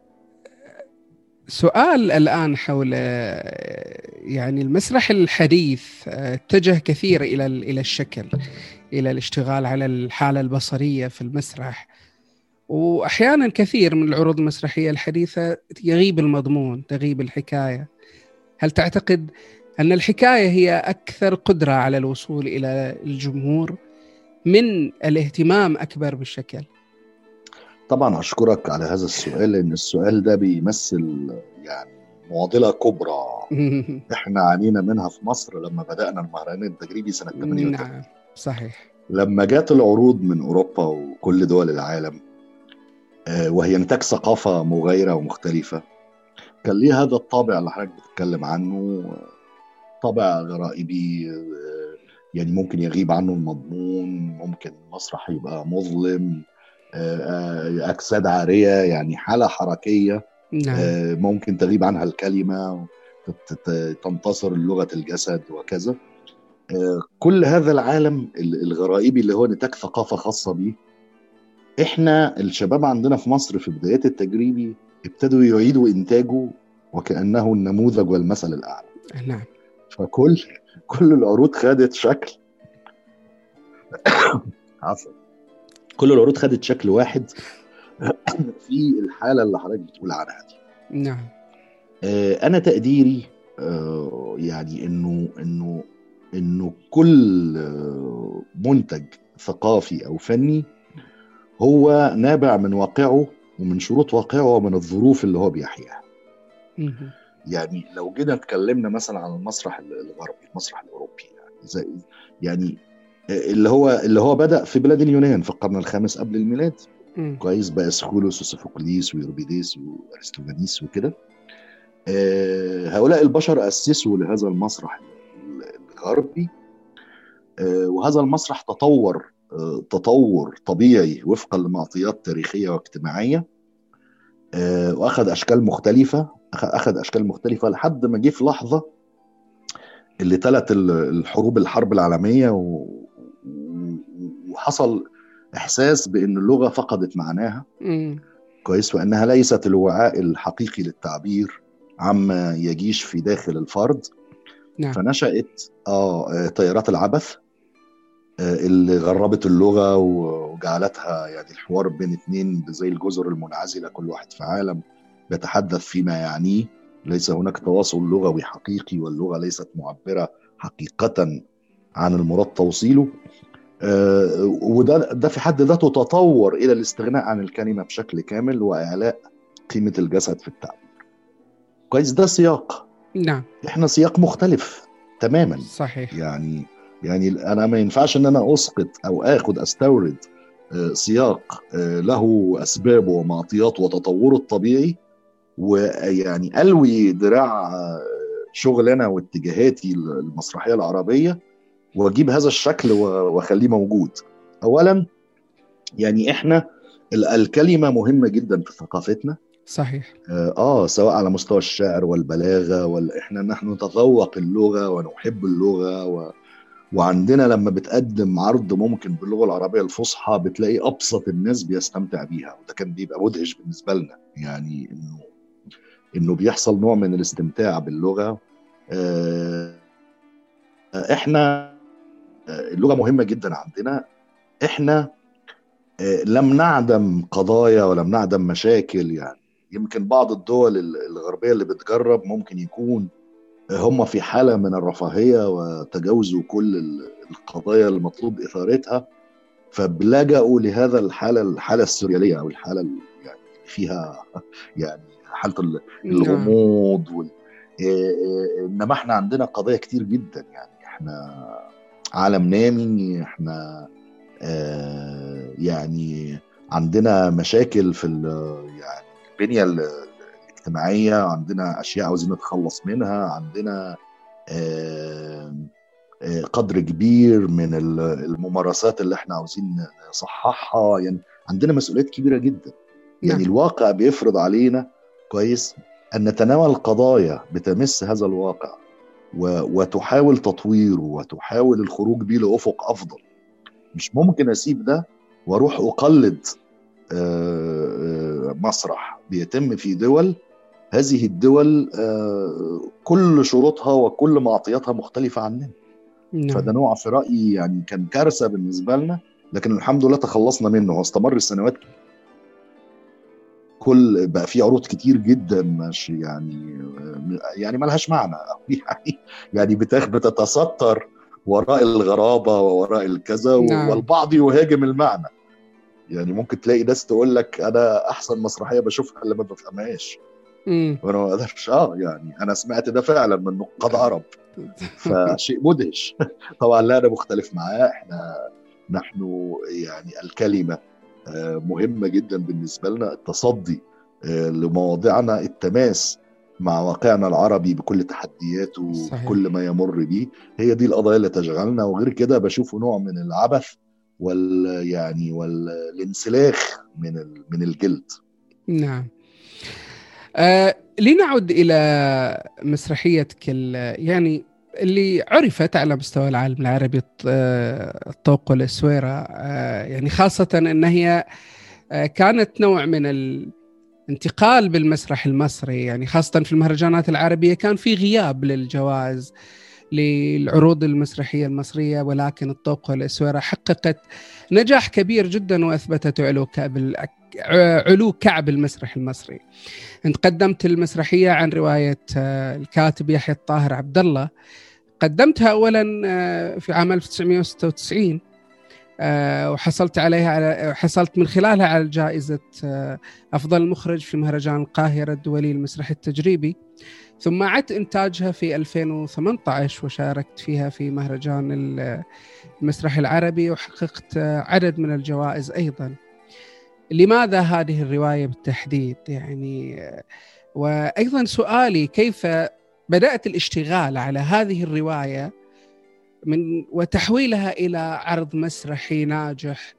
سؤال الآن حول يعني المسرح الحديث اتجه كثير إلى إلى الشكل، إلى الاشتغال على الحالة البصرية في المسرح، وأحيانا كثير من العروض المسرحية الحديثة يغيب المضمون، تغيب الحكاية. هل تعتقد أن الحكاية هي أكثر قدرة على الوصول إلى الجمهور من الاهتمام أكبر بالشكل؟ طبعا أشكرك على هذا السؤال، لأن السؤال ده بيمثل يعني معضلة كبرى إحنا عانينا منها في مصر لما بدأنا المهرجان التجريبي سنة ثمانية وثمانين. نعم صحيح. لما جات العروض من أوروبا وكل دول العالم وهي نتاج ثقافة مغايرة ومختلفة، كان ليه هذا الطابع اللي حضرتك بتتكلم عنه، طابع غرائبي، يعني ممكن يغيب عنه المضمون، ممكن المسرح يبقى مظلم، أجساد عارية، يعني حالة حركية نعم. ممكن تغيب عنها الكلمة، تنتصر لغة الجسد وكذا. كل هذا العالم الغرائبي اللي هو نتاج ثقافة خاصة به، احنا الشباب عندنا في مصر في بدايات التجريبي ابتدوا يعيدوا انتاجه وكأنه النموذج والمثل الأعلى. نعم. فكل كل العروض خدت شكل عفوا كل العروض خدت شكل واحد في الحالة اللي حضرتك بتقول عنها دي. نعم. آه أنا تقديري آه يعني إنه إنه إنه كل آه منتج ثقافي أو فني هو نابع من واقعه ومن شروط واقعه ومن الظروف اللي هو بيحياها. يعني لو جينا اتكلمنا مثلا عن المسرح الغربي، المسرح الأوروبي، يعني زي يعني اللي هو اللي هو بدأ في بلاد اليونان في القرن الخامس قبل الميلاد، كويس، بقى اسخولوس وسوفوكليس ويوربيديس وارستوفانيس وكده. آه هؤلاء البشر أسسوا لهذا المسرح الغربي، آه وهذا المسرح تطور آه تطور طبيعي وفقا لمعطيات تاريخية واجتماعية، آه وأخذ أشكال مختلفة أخذ أشكال مختلفة لحد ما جه في لحظة اللي تلت الحروب الحرب العالمية و... وحصل إحساس بأن اللغة فقدت معناها، مم. كويس، وأنها ليست الوعاء الحقيقي للتعبير عما يجيش في داخل الفرد. نعم. فنشأت آه طيارات العبث آه اللي غربت اللغة وجعلتها يعني الحوار بين اتنين زي الجزر المنعزلة، كل واحد في عالم بيتحدث فيما يعنيه، ليس هناك تواصل لغوي حقيقي، واللغة ليست معبرة حقيقة عن المراد توصيله. آه وده ده في حد ذاته تطور إلى الاستغناء عن الكلمة بشكل كامل وإعلاء قيمة الجسد في التعبير. كويس، ده سياق. نعم. إحنا سياق مختلف تماما. صحيح. يعني يعني أنا ما ينفعش إن أنا أسقط أو آخد أستورد آه سياق آه له أسبابه ومعطياته وتطوره الطبيعي، ويعني ألوي ذراع شغلنا واتجاهاتي المسرحية العربية واجيب هذا الشكل واخليه موجود. اولا يعني احنا الكلمة مهمة جدا في ثقافتنا. صحيح. اه سواء على مستوى الشعر والبلاغة، ولا احنا نحن نتذوق اللغة ونحب اللغة و... وعندنا لما بتقدم عرض ممكن باللغة العربية الفصحى بتلاقي ابسط الناس بيستمتع بيها، وده كان بيبقى مدهش بالنسبة لنا، يعني انه انه بيحصل نوع من الاستمتاع باللغة. آه احنا اللغة مهمة جدا عندنا. احنا لم نعدم قضايا ولم نعدم مشاكل، يعني يمكن بعض الدول الغربية اللي بتجرب ممكن يكون هم في حالة من الرفاهية وتجاوزوا كل القضايا المطلوب إثارتها، فبلجأوا لهذا الحالة الحالة السوريالية أو الحالة يعني فيها يعني حالة الغموض وال... إنما احنا عندنا قضايا كتير جدا، يعني احنا عالم نامي، احنا آه يعني عندنا مشاكل في يعني البنية الاجتماعية، عندنا أشياء عاوزين نتخلص منها، عندنا آه آه قدر كبير من الممارسات اللي احنا عاوزين نصححها، يعني عندنا مسؤوليات كبيرة جدا. يعني الواقع بيفرض علينا كويس أن نتناول قضايا بتمس هذا الواقع وتحاول تطويره وتحاول الخروج بيه لأفق أفضل. مش ممكن أسيب ده وأروح أقلد مسرح بيتم في دول، هذه الدول كل شروطها وكل معطياتها مختلفة عننا. نعم. فده نوع في رأيي يعني كان كارثة بالنسبة لنا، لكن الحمد لله تخلصنا منه واستمر السنوات. كل بقى في عروض كتير جدا ماشي يعني يعني ما لهاش معنى يعني يعني بتتستر وراء الغرابة ووراء الكذا. نعم. والبعض يهاجم المعنى، يعني ممكن تلاقي ناس تقول لك انا احسن مسرحية بشوفها اللي ما بفهمهاش، وانا ما اقدرش اه يعني انا سمعت ده فعلا من نقاد عرب، فشيء مدهش. طبعا لا انا مختلف معاه، احنا نحن يعني الكلمة مهمة جدا بالنسبة لنا، التصدي لمواضعنا، التماس مع واقعنا العربي بكل تحدياته وكل ما يمر به، هي دي القضايا اللي تشغلنا. وغير كده بشوفه نوع من العبث وال يعني والانسلاخ من من الجلد. نعم. آه لنعد إلى مسرحيتك يعني اللي عرفت على مستوى العالم العربي، الطوق والأسويرة، يعني خاصة أن هي كانت نوع من الانتقال بالمسرح المصري، يعني خاصة في المهرجانات العربية كان في غياب للجوائز للعروض المسرحية المصرية، ولكن الطوق والأسويرة حققت نجاح كبير جدا وأثبتت علو كعب علو كعب المسرح المصري. أنت قدمت المسرحية عن رواية الكاتب يحيى الطاهر عبد الله، قدمتها أولا في عام ألف وتسعمائة وستة وتسعين وحصلت عليها على حصلت من خلالها على جائزة أفضل مخرج في مهرجان القاهرة الدولي للمسرح التجريبي، ثم عدت إنتاجها في ألفين وثمانية عشر وشاركت فيها في مهرجان المسرح العربي وحققت عدد من الجوائز أيضا. لماذا هذه الرواية بالتحديد يعني؟ وأيضا سؤالي كيف بدأت الاشتغال على هذه الرواية من وتحويلها إلى عرض مسرحي ناجح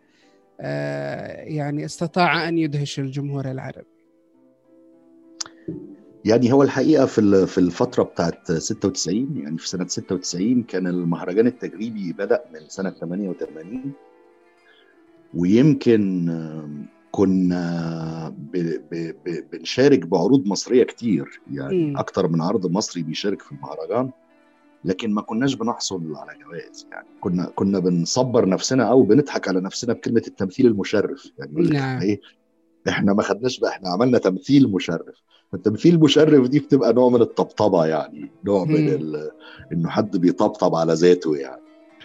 يعني استطاع أن يدهش الجمهور العربي؟ يعني هو الحقيقة في في الفترة بتاعت ستة وتسعين، يعني في سنة ستة وتسعين كان المهرجان التجريبي بدأ من سنة ثمانية وثمانين، ويمكن كنا ب ب ب بنشارك بعروض مصرية كتير، يعني م. أكتر من عرض مصري بيشارك في المهرجان، لكن ما كناش بنحصل على جوائز. يعني كنا كنا بنصبر نفسنا أو بنضحك على نفسنا بكلمة التمثيل المشرف، يعني نعم. إيه إحنا ما خدناش بقى، إحنا عملنا تمثيل مشرف. التمثيل المشرف دي بتبقى نوع من الطبطبة، يعني نوع م. من إنه حد بيطبطب على ذاته يعني.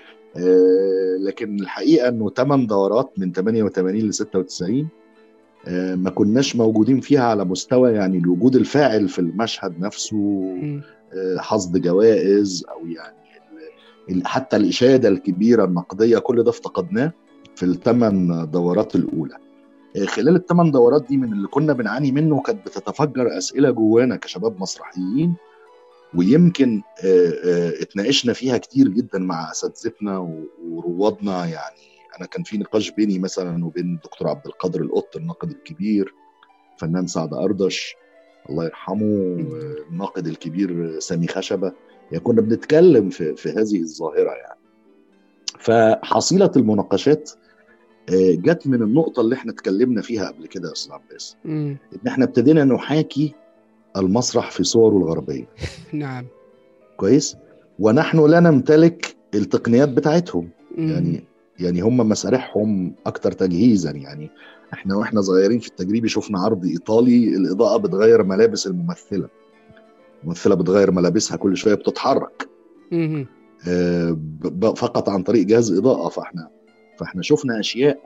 آه لكن الحقيقة إنه ثمان دورات من ثمانية وثمانين ل ستة وتسعين آه ما كناش موجودين فيها على مستوى يعني الوجود الفاعل في المشهد نفسه، آه حصد جوائز أو يعني حتى الإشادة الكبيرة النقدية، كل ده افتقدناه في الثمان دورات الأولى. آه خلال الثمان دورات دي من اللي كنا بنعاني منه كانت بتتفجر أسئلة جوانا كشباب مسرحيين، ويمكن اتناقشنا فيها كتير جدا مع اساتذتنا وروادنا. يعني انا كان في نقاش بيني مثلا وبين الدكتور عبد القادر القط الناقد الكبير، فنان سعد أردش الله يرحمه، الناقد الكبير سامي خشبة، يعني كنا بنتكلم في في هذه الظاهرة. يعني فحصيلة المناقشات جت من النقطة اللي احنا اتكلمنا فيها قبل كده يا أستاذ عباس، ان احنا ابتدينا نحاكي المسرح في صوره الغربية. نعم كويس، ونحن لا نمتلك التقنيات بتاعتهم. مم. يعني يعني هم مسارحهم أكتر تجهيزا. يعني احنا واحنا صغيرين في التجريبي شفنا عرض إيطالي، الإضاءة بتغير ملابس الممثلة، الممثلة بتغير ملابسها كل شوية، بتتحرك مم. آه فقط عن طريق جهاز إضاءة. فاحنا فاحنا شفنا أشياء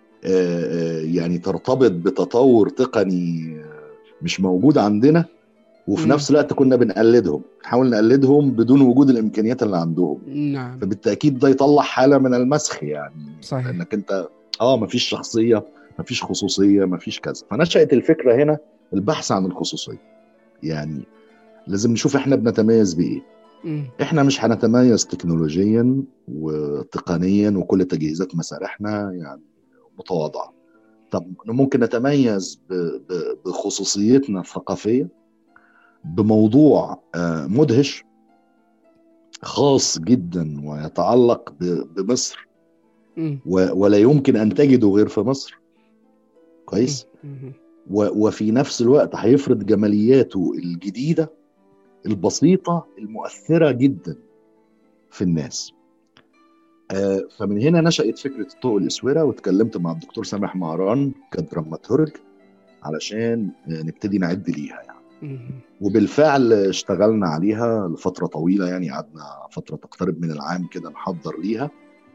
آه يعني ترتبط بتطور تقني مش موجود عندنا، وفي م. نفس الوقت كنا بنقلدهم، نحاول نقلدهم بدون وجود الإمكانيات اللي عندهم. نعم. فبالتأكيد ده يطلع حالة من المسخ، يعني صحيح. انك انت اه مفيش شخصية، مفيش خصوصية، مفيش كذا. فنشأت الفكرة هنا البحث عن الخصوصية. يعني لازم نشوف احنا بنتميز بإيه. م. احنا مش هنتميز تكنولوجيا وتقنيا وكل تجهيزات مسارحنا يعني متواضعة. طب ممكن نتميز بخصوصيتنا الثقافية، بموضوع مدهش، خاص جدا ويتعلق بمصر ولا يمكن أن تجده غير في مصر. كويس. وفي نفس الوقت هيفرض جمالياته الجديدة البسيطة المؤثرة جدا في الناس. فمن هنا نشأت فكرة الطوق الأسورة، واتكلمت مع الدكتور سامح مهران كدراماتورج علشان نبتدي نعد ليها يعني. وبالفعل اشتغلنا عليها لفترة طويلة، يعني قعدنا فترة تقترب من العام كده نحضر ليها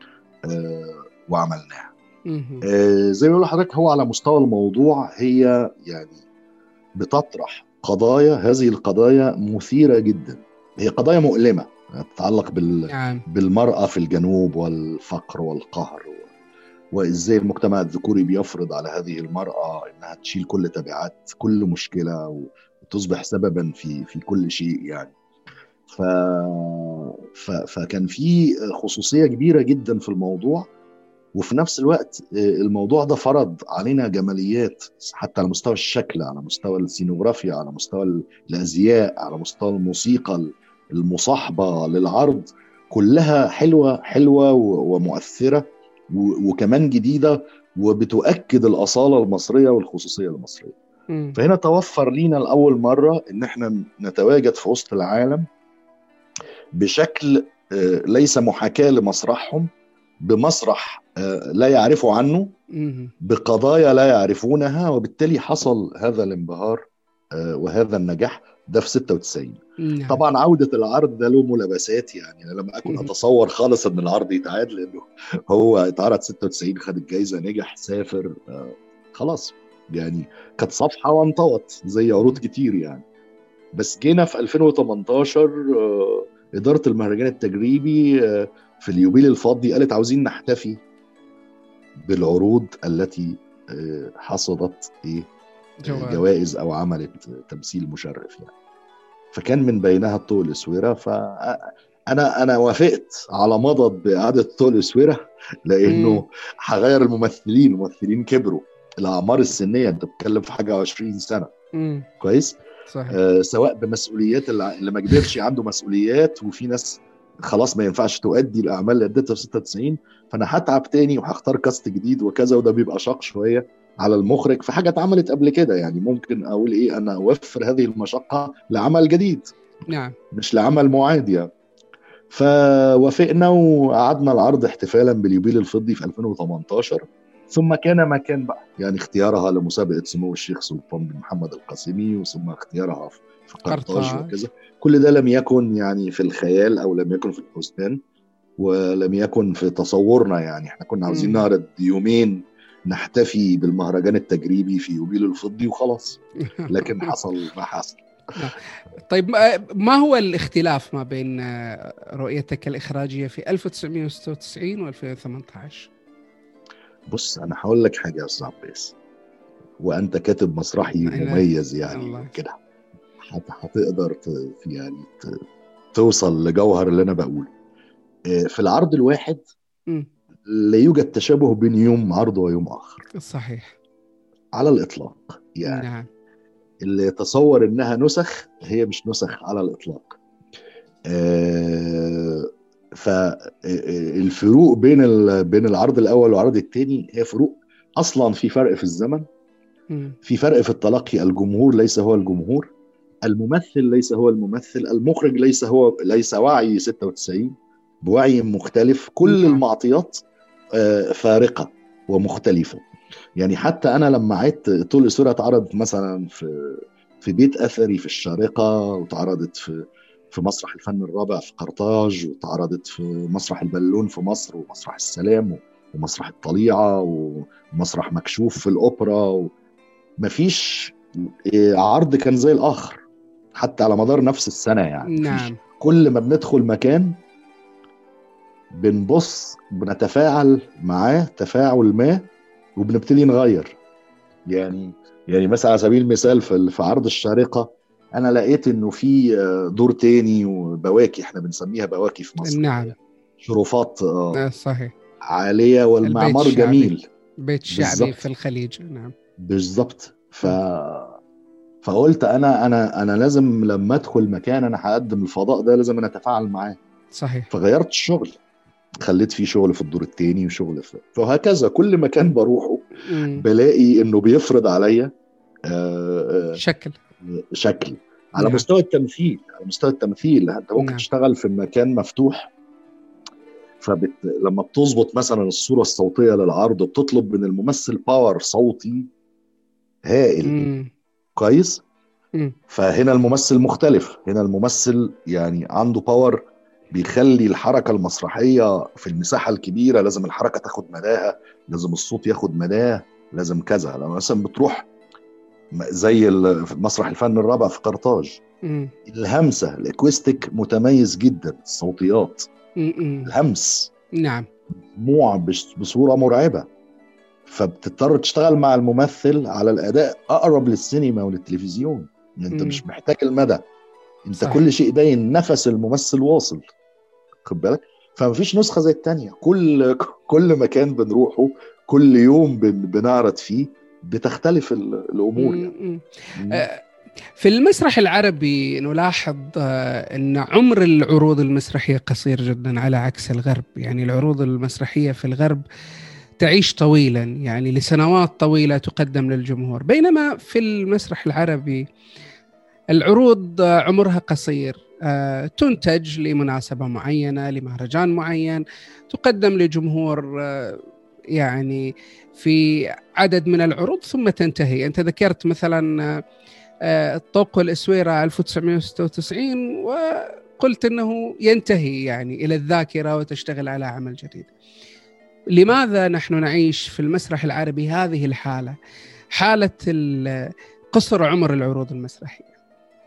وعملناها. زي ما بقول لحضرتك، هو على مستوى الموضوع هي يعني بتطرح قضايا، هذه القضايا مثيرة جدا، هي قضايا مؤلمة تتعلق بال... نعم. بالمرأة في الجنوب والفقر والقهر، وإزاي المجتمع الذكوري بيفرض على هذه المرأة إنها تشيل كل تبعات كل مشكلة وتصبح سببا في في كل شيء يعني. ف... ف... فكان في خصوصية كبيرة جدا في الموضوع، وفي نفس الوقت الموضوع ده فرض علينا جماليات حتى على مستوى الشكل، على مستوى السينوغرافيا، على مستوى الأزياء، على مستوى الموسيقى المصاحبة للعرض، كلها حلوة حلوة ومؤثرة وكمان جديدة، وبتؤكد الأصالة المصرية والخصوصية المصرية. م. فهنا توفر لينا لأول مرة إن احنا نتواجد في وسط العالم بشكل ليس محاكاة لمسرحهم، بمسرح لا يعرفوا عنه، بقضايا لا يعرفونها، وبالتالي حصل هذا الانبهار وهذا النجاح ده في ستة وتسعين. نعم. طبعا عودة العرض ده له ملابسات، يعني أنا لما أكون أتصور خالص أن العرض يتعاد، لأنه هو اتعرض ستة وتسعين، خد الجايزة، نجح، سافر، آه خلاص يعني كانت صفحة وانطوت زي عروض كتير يعني. بس جينا في ألفين وتمنتاشر آه إدارة المهرجان التجريبي آه في اليوبيل الفضي قالت عاوزين نحتفي بالعروض التي آه حصدت إيه جوائز أو عملت تمثيل مشرف يعني. فكان من بينها الطوق الأسورة. فأنا أنا وافقت على مضض بإعادة الطوق الأسورة، لأنه هغير الممثلين، الممثلين كبروا، الأعمار السنية أنت بتتكلم في حاجة عشرين سنة. مم. كويس. صحيح. آه سواء بمسؤوليات اللي ما قدرش عنده مسؤوليات، وفي ناس خلاص ما ينفعش تؤدي الأعمال اللي اديتها في ستة وتسعين، فأنا هتعب تاني وهختار كاست جديد وكذا، وده بيبقى شاق شوية على المخرج في حاجة اتعملت قبل كده. يعني ممكن أقول إيه، أنا أوفر هذه المشقة لعمل جديد، نعم، مش لعمل معاد يعني. فوافقنا وقعدنا العرض احتفالا باليوبيل الفضي في ألفين وتمنتاشر. ثم كان ما كان بقى، يعني اختيارها لمسابقة سمو الشيخ سلطان بن محمد القاسمي، وثم اختيارها في قرطاج وكذا. كل ده لم يكن يعني في الخيال أو لم يكن في الحسبان ولم يكن في تصورنا. يعني احنا كنا عاوزين نعرض يومين نحتفي بالمهرجان التجريبي في يوبيل الفضي وخلاص، لكن حصل ما حصل. طيب ما هو الاختلاف ما بين رؤيتك الإخراجية في ألف وتسعمائة وستة وتسعين و ألفين وثمانية عشر؟ بص أنا هقول لك حاجة يا أستاذ عباس، وأنت كاتب مسرحي مميز يعني كده، هتقدر يعني توصل لجوهر اللي أنا بقوله. في العرض الواحد م. لا يوجد تشابه بين يوم عرض ويوم آخر. صحيح. على الإطلاق يعني. نعم. اللي يتصور إنها نسخ، هي مش نسخ على الإطلاق. آه فالفروق بين بين العرض الأول والعرض الثاني هي فروق أصلا، في فرق في الزمن، م. في فرق في التلقي، الجمهور ليس هو الجمهور، الممثل ليس هو الممثل، المخرج ليس هو ليس وعي ستة وتسعين بوعي مختلف، كل المعطيات فارقة ومختلفة. يعني حتى أنا لما عدت طول الأسورة اتعرضت مثلا في في بيت أثري في الشارقة، وتعرضت في في مسرح الفن الرابع في قرطاج، وتعرضت في مسرح البالون في مصر، ومسرح السلام، ومسرح الطليعة، ومسرح مكشوف في الأوبرا. مفيش عرض كان زي الآخر حتى على مدار نفس السنة يعني. نعم. كل ما بندخل مكان بنبص بنتفاعل معاه تفاعل ما، وبنبتدي نغير. يعني يعني مثلا على سبيل المثال في عرض الشارقة أنا لقيت إنه في دور تاني وبواكي، إحنا بنسميها بواكي في مصر. نعم. شرفات صحيح عالية والمعمار جميل، بيت شعبي في الخليج. نعم بالضبط. ف فقلت أنا أنا أنا لازم لما أدخل مكان أنا هقدم الفضاء ده لازم أنا أتفاعل معاه، صحيح. فغيرت الشغل، خليت فيه شغل في الدور الثاني وشغل في، فهكذا كل مكان بروحه مم. بلاقي انه بيفرض عليا شكل شكل على نعم. مستوى التمثيل. على مستوى التمثيل انت ممكن نعم. تشتغل في مكان مفتوح، فلما بتظبط مثلا الصورة الصوتية للعرض بتطلب من الممثل باور صوتي هائل. مم. كويس. مم. فهنا الممثل مختلف، هنا الممثل يعني عنده باور بيخلي الحركة المسرحية في المساحة الكبيرة لازم الحركة تاخد مداها، لازم الصوت ياخد مداه، لازم كذا. لما مثلا بتروح زي مسرح الفن الرابع في قرطاج، مم. الهمسة الاكوستيك متميز جدا، الصوتيات مم. الهمس نعم مسموع بصورة مرعبة، فبتضطر تشتغل مع الممثل على الأداء أقرب للسينما وللتلفزيون. انت مم. مش محتاج المدى، انت صح. كل شيء باين، نفس الممثل واصل، خد بالك. فمفيش نسخة زي التانية، كل كل مكان بنروحه كل يوم بن بنعرض فيه بتختلف الأمور يعني. آه في المسرح العربي نلاحظ آه أن عمر العروض المسرحية قصير جدا على عكس الغرب. يعني العروض المسرحية في الغرب تعيش طويلا، يعني لسنوات طويلة تقدم للجمهور، بينما في المسرح العربي العروض عمرها قصير، آه، تنتج لمناسبة معينة، لمهرجان معين، تقدم لجمهور آه، يعني في عدد من العروض ثم تنتهي. أنت ذكرت مثلا آه، الطوق والإسويرة ألف وتسعمائة وستة وتسعين وقلت أنه ينتهي يعني إلى الذاكرة وتشتغل على عمل جديد. لماذا نحن نعيش في المسرح العربي هذه الحالة، حالة قصر عمر العروض المسرحية؟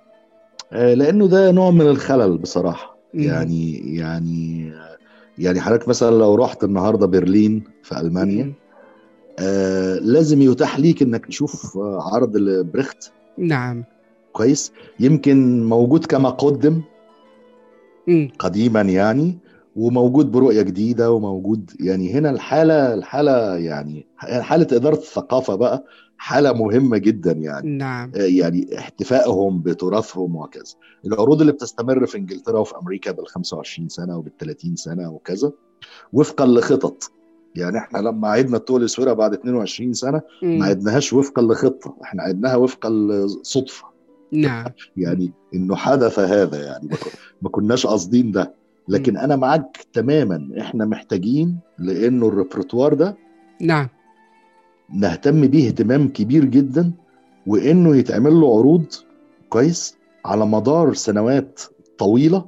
لأنه ده نوع من الخلل بصراحة. يعني يعني يعني حضرتك مثلا لو رحت النهاردة برلين في ألمانيا، آه لازم يتاح ليك انك تشوف عرض لبريخت. نعم. كويس. يمكن موجود كما قدم مم. قديما يعني، وموجود برؤية جديدة، وموجود يعني هنا الحالة الحالة يعني حالة إدارة الثقافة بقى حالة مهمة جدا يعني. نعم. يعني احتفائهم بتراثهم وكذا. العروض اللي بتستمر في انجلترا وفي امريكا بالخمسة وعشرين سنة وبالثلاثين سنة وكذا وفقا لخطط. يعني احنا لما عدنا الطوق الاسوره بعد اثنين وعشرين سنة ما عدناهاش وفقا لخطة، احنا عدناها وفقا لصدفة. نعم. يعني انه حدث هذا، يعني ما كناش قاصدين ده. لكن انا معاك تماما، احنا محتاجين لانه الريبرتوار ده نعم نهتم بيه اهتمام كبير جدا، وانه يتعمل له عروض كويس على مدار سنوات طويلة،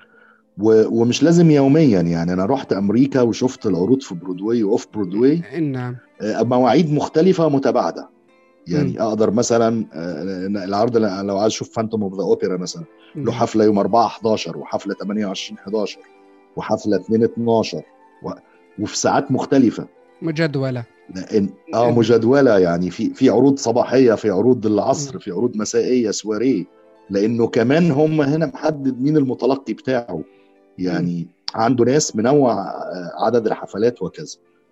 ومش لازم يوميا. يعني انا رحت امريكا وشفت العروض في برودواي واوف برودواي، نعم، مواعيد مختلفة متباعدة. يعني م. اقدر مثلا العرض لو عايز اشوف فانتوم اوف ذا اوبرا مثلا له حفلة يوم أربعة إحداشر وحفلة ثمانية وعشرين إحداشر وحفلة اثنين اتناشر و... وفي ساعات مختلفة مجدولة. لأن اه مجدولة يعني في في عروض صباحية، في عروض العصر، في عروض مسائية سواريه، لانه كمان هم هنا محدد مين المتلقي بتاعه. يعني م. عنده ناس منوع عدد الحفلات وكذا.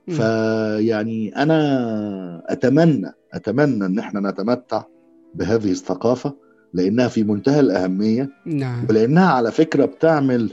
فيعني انا اتمنى اتمنى ان احنا نتمتع بهذه الثقافة لانها في منتهى الاهمية. نعم. ولانها على فكرة بتعمل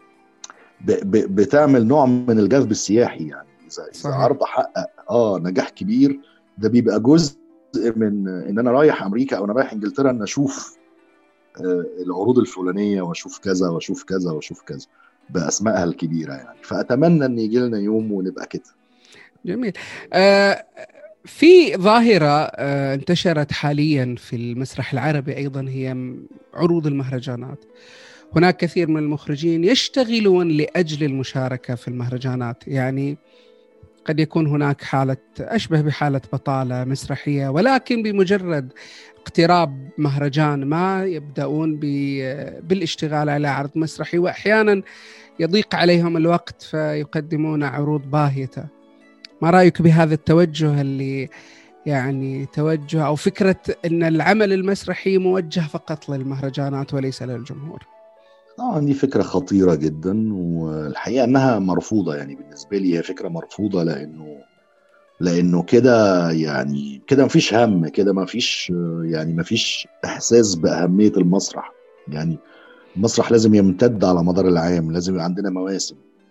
ب ب بتعمل نوع من الجذب السياحي. يعني اذا عرض حقق اه نجاح كبير، ده بيبقى جزء من ان انا رايح امريكا او انا رايح انجلترا ان اشوف آه العروض الفلانيه واشوف كذا واشوف كذا واشوف كذا باسمائها الكبيره. يعني فاتمنى ان يجي لنا يوم ونبقى كده. جميل. آه في ظاهره آه انتشرت حاليا في المسرح العربي ايضا، هي عروض المهرجانات. هناك كثير من المخرجين يشتغلون لاجل المشاركه في المهرجانات. يعني قد يكون هناك حالة أشبه بحالة بطالة مسرحية، ولكن بمجرد اقتراب مهرجان ما يبدأون بالاشتغال على عرض مسرحي، وأحيانا يضيق عليهم الوقت فيقدمون عروض باهتة. ما رأيك بهذا التوجه اللي يعني توجه أو فكرة أن العمل المسرحي موجه فقط للمهرجانات وليس للجمهور؟ طبعا دي فكرة خطيرة جدا، والحقيقة انها مرفوضة. يعني بالنسبة لي هي فكرة مرفوضة، لانه لانه كده يعني كده مفيش هم، كده مفيش يعني مفيش احساس بأهمية المسرح. يعني المسرح لازم يمتد على مدار العام، لازم يبقى عندنا مواسم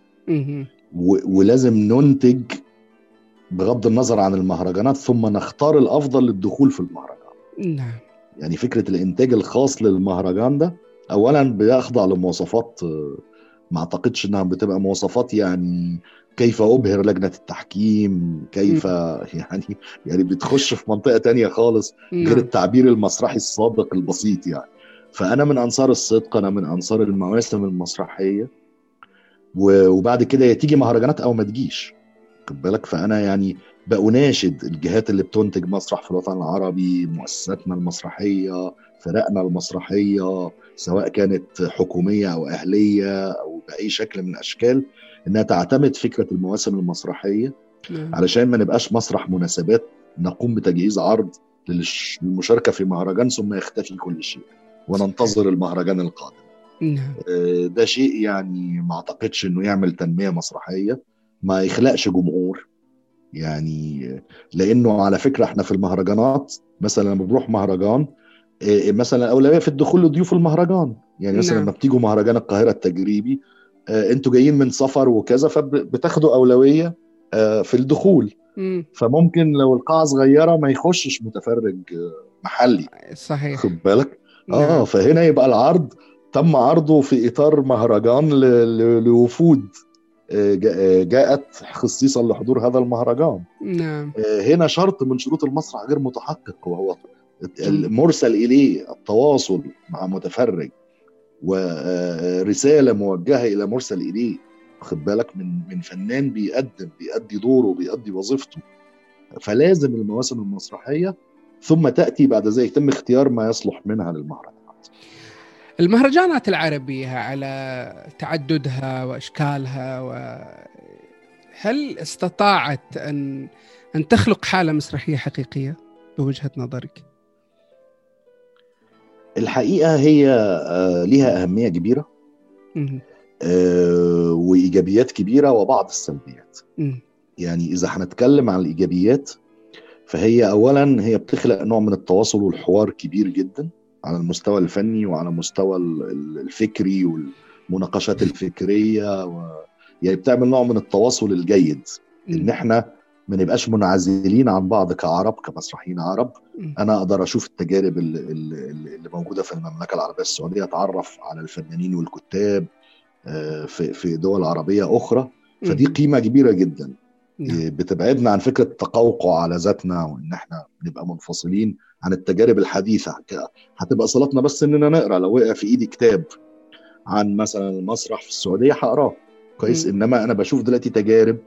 و- ولازم ننتج بغض النظر عن المهرجانات، ثم نختار الأفضل للدخول في المهرجان. نعم. يعني فكرة الإنتاج الخاص للمهرجان ده أولا بيخضع لمواصفات ما أعتقدش أنها بتبقى مواصفات يعني كيف أبهر لجنة التحكيم، كيف يعني يعني بتخش في منطقة تانية خالص غير التعبير المسرحي الصادق البسيط يعني. فأنا من أنصار الصدق، أنا من أنصار المواسم المسرحية، وبعد كده تيجي مهرجانات أو ما تجيش، خد بالك. فأنا يعني بأناشد الجهات اللي بتنتج مسرح في الوطن العربي، مؤسساتنا المسرحية، فرقنا المسرحية سواء كانت حكومية أو أهلية أو بأي شكل من الأشكال، إنها تعتمد فكرة المواسم المسرحية علشان ما نبقاش مسرح مناسبات نقوم بتجهيز عرض للمشاركة في مهرجان ثم يختفي كل شيء وننتظر المهرجان القادم. ده شيء يعني ما أعتقدش إنه يعمل تنمية مسرحية، ما يخلقش جمهور يعني. لأنه على فكرة احنا في المهرجانات مثلا لما بنروح مهرجان مثلا أولوية في الدخول لضيوف المهرجان، يعني مثلا لما بتيجوا مهرجان القاهرة التجريبي انتوا جايين من سفر وكذا فبتاخدوا أولوية في الدخول، فممكن لو القاعة صغيرة ما يخشش متفرج محلي. صحيح. خد بالك. اه فهنا يبقى العرض تم عرضه في إطار مهرجان لوفود جاءت خصيصا لحضور هذا المهرجان. نعم. هنا شرط من شروط المسرح غير متحقق، وهو المرسل إليه التواصل مع متفرج ورسالة موجهة إلى مرسل إليه، خد بالك، من من فنان بيقدم بيأدي دوره بيأدي وظيفته. فلازم المواسم المسرحية ثم تأتي بعد ذلك يتم اختيار ما يصلح منها للمهرجانات. المهرجانات العربية على تعددها وأشكالها، وهل استطاعت أن أن تخلق حالة مسرحية حقيقية بوجهة نظرك؟ الحقيقة هي لها أهمية كبيرة وإيجابيات كبيرة وبعض السلبيات. يعني إذا هنتكلم عن الإيجابيات فهي أولا هي بتخلق نوع من التواصل والحوار كبير جدا على المستوى الفني وعلى المستوى الفكري والمناقشات الفكرية و... يعني بتعمل نوع من التواصل الجيد، إن إحنا ما نبقاش منعزلين عن بعض كعرب كمسرحيين عرب. أنا أقدر أشوف التجارب اللي, اللي موجودة في المملكة العربية السعودية، أتعرف على الفنانين والكتاب في في دول عربية أخرى، فدي قيمة كبيرة جدا بتبعدنا عن فكرة التقوقع على ذاتنا وإن إحنا نبقى منفصلين عن التجارب الحديثة. هتبقى صلاتنا بس إننا نقرأ، لو وقع في إيدي كتاب عن مثلا المسرح في السعودية هقراه كويس، إنما أنا بشوف دلوقتي تجارب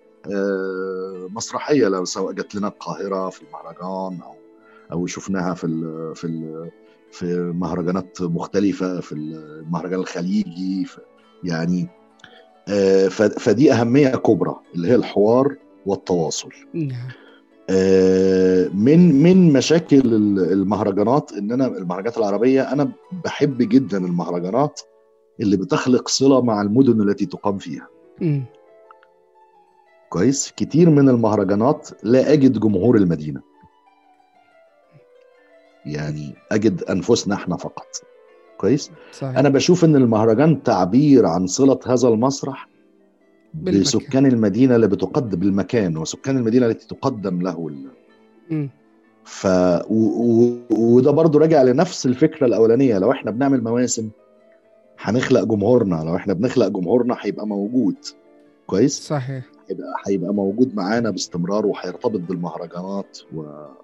مسرحية لو سواء جت لنا القاهرة في المهرجان أو أو شفناها في ال في ال في مهرجانات مختلفة في المهرجان الخليجي، يعني فدي أهمية كبرى اللي هي الحوار والتواصل. من من مشاكل المهرجانات إن أنا المهرجانات العربية أنا بحب جدا المهرجانات اللي بتخلق صلة مع المدن التي تقام فيها. م. كويس. كتير من المهرجانات لا أجد جمهور المدينة، يعني أجد أنفسنا احنا فقط. كويس. صحيح. أنا بشوف إن المهرجان تعبير عن صلة هذا المسرح بالمكان. بسكان المدينة اللي بتقدم بالمكان وسكان المدينة التي تقدم له ال... ف و... و... وده برضو راجع لنفس الفكرة الأولانية. لو احنا بنعمل مواسم هنخلق جمهورنا، لو احنا بنخلق جمهورنا هيبقى موجود. كويس. صحيح. هيبقى هيبقى موجود معانا باستمرار وهيرتبط بالمهرجانات و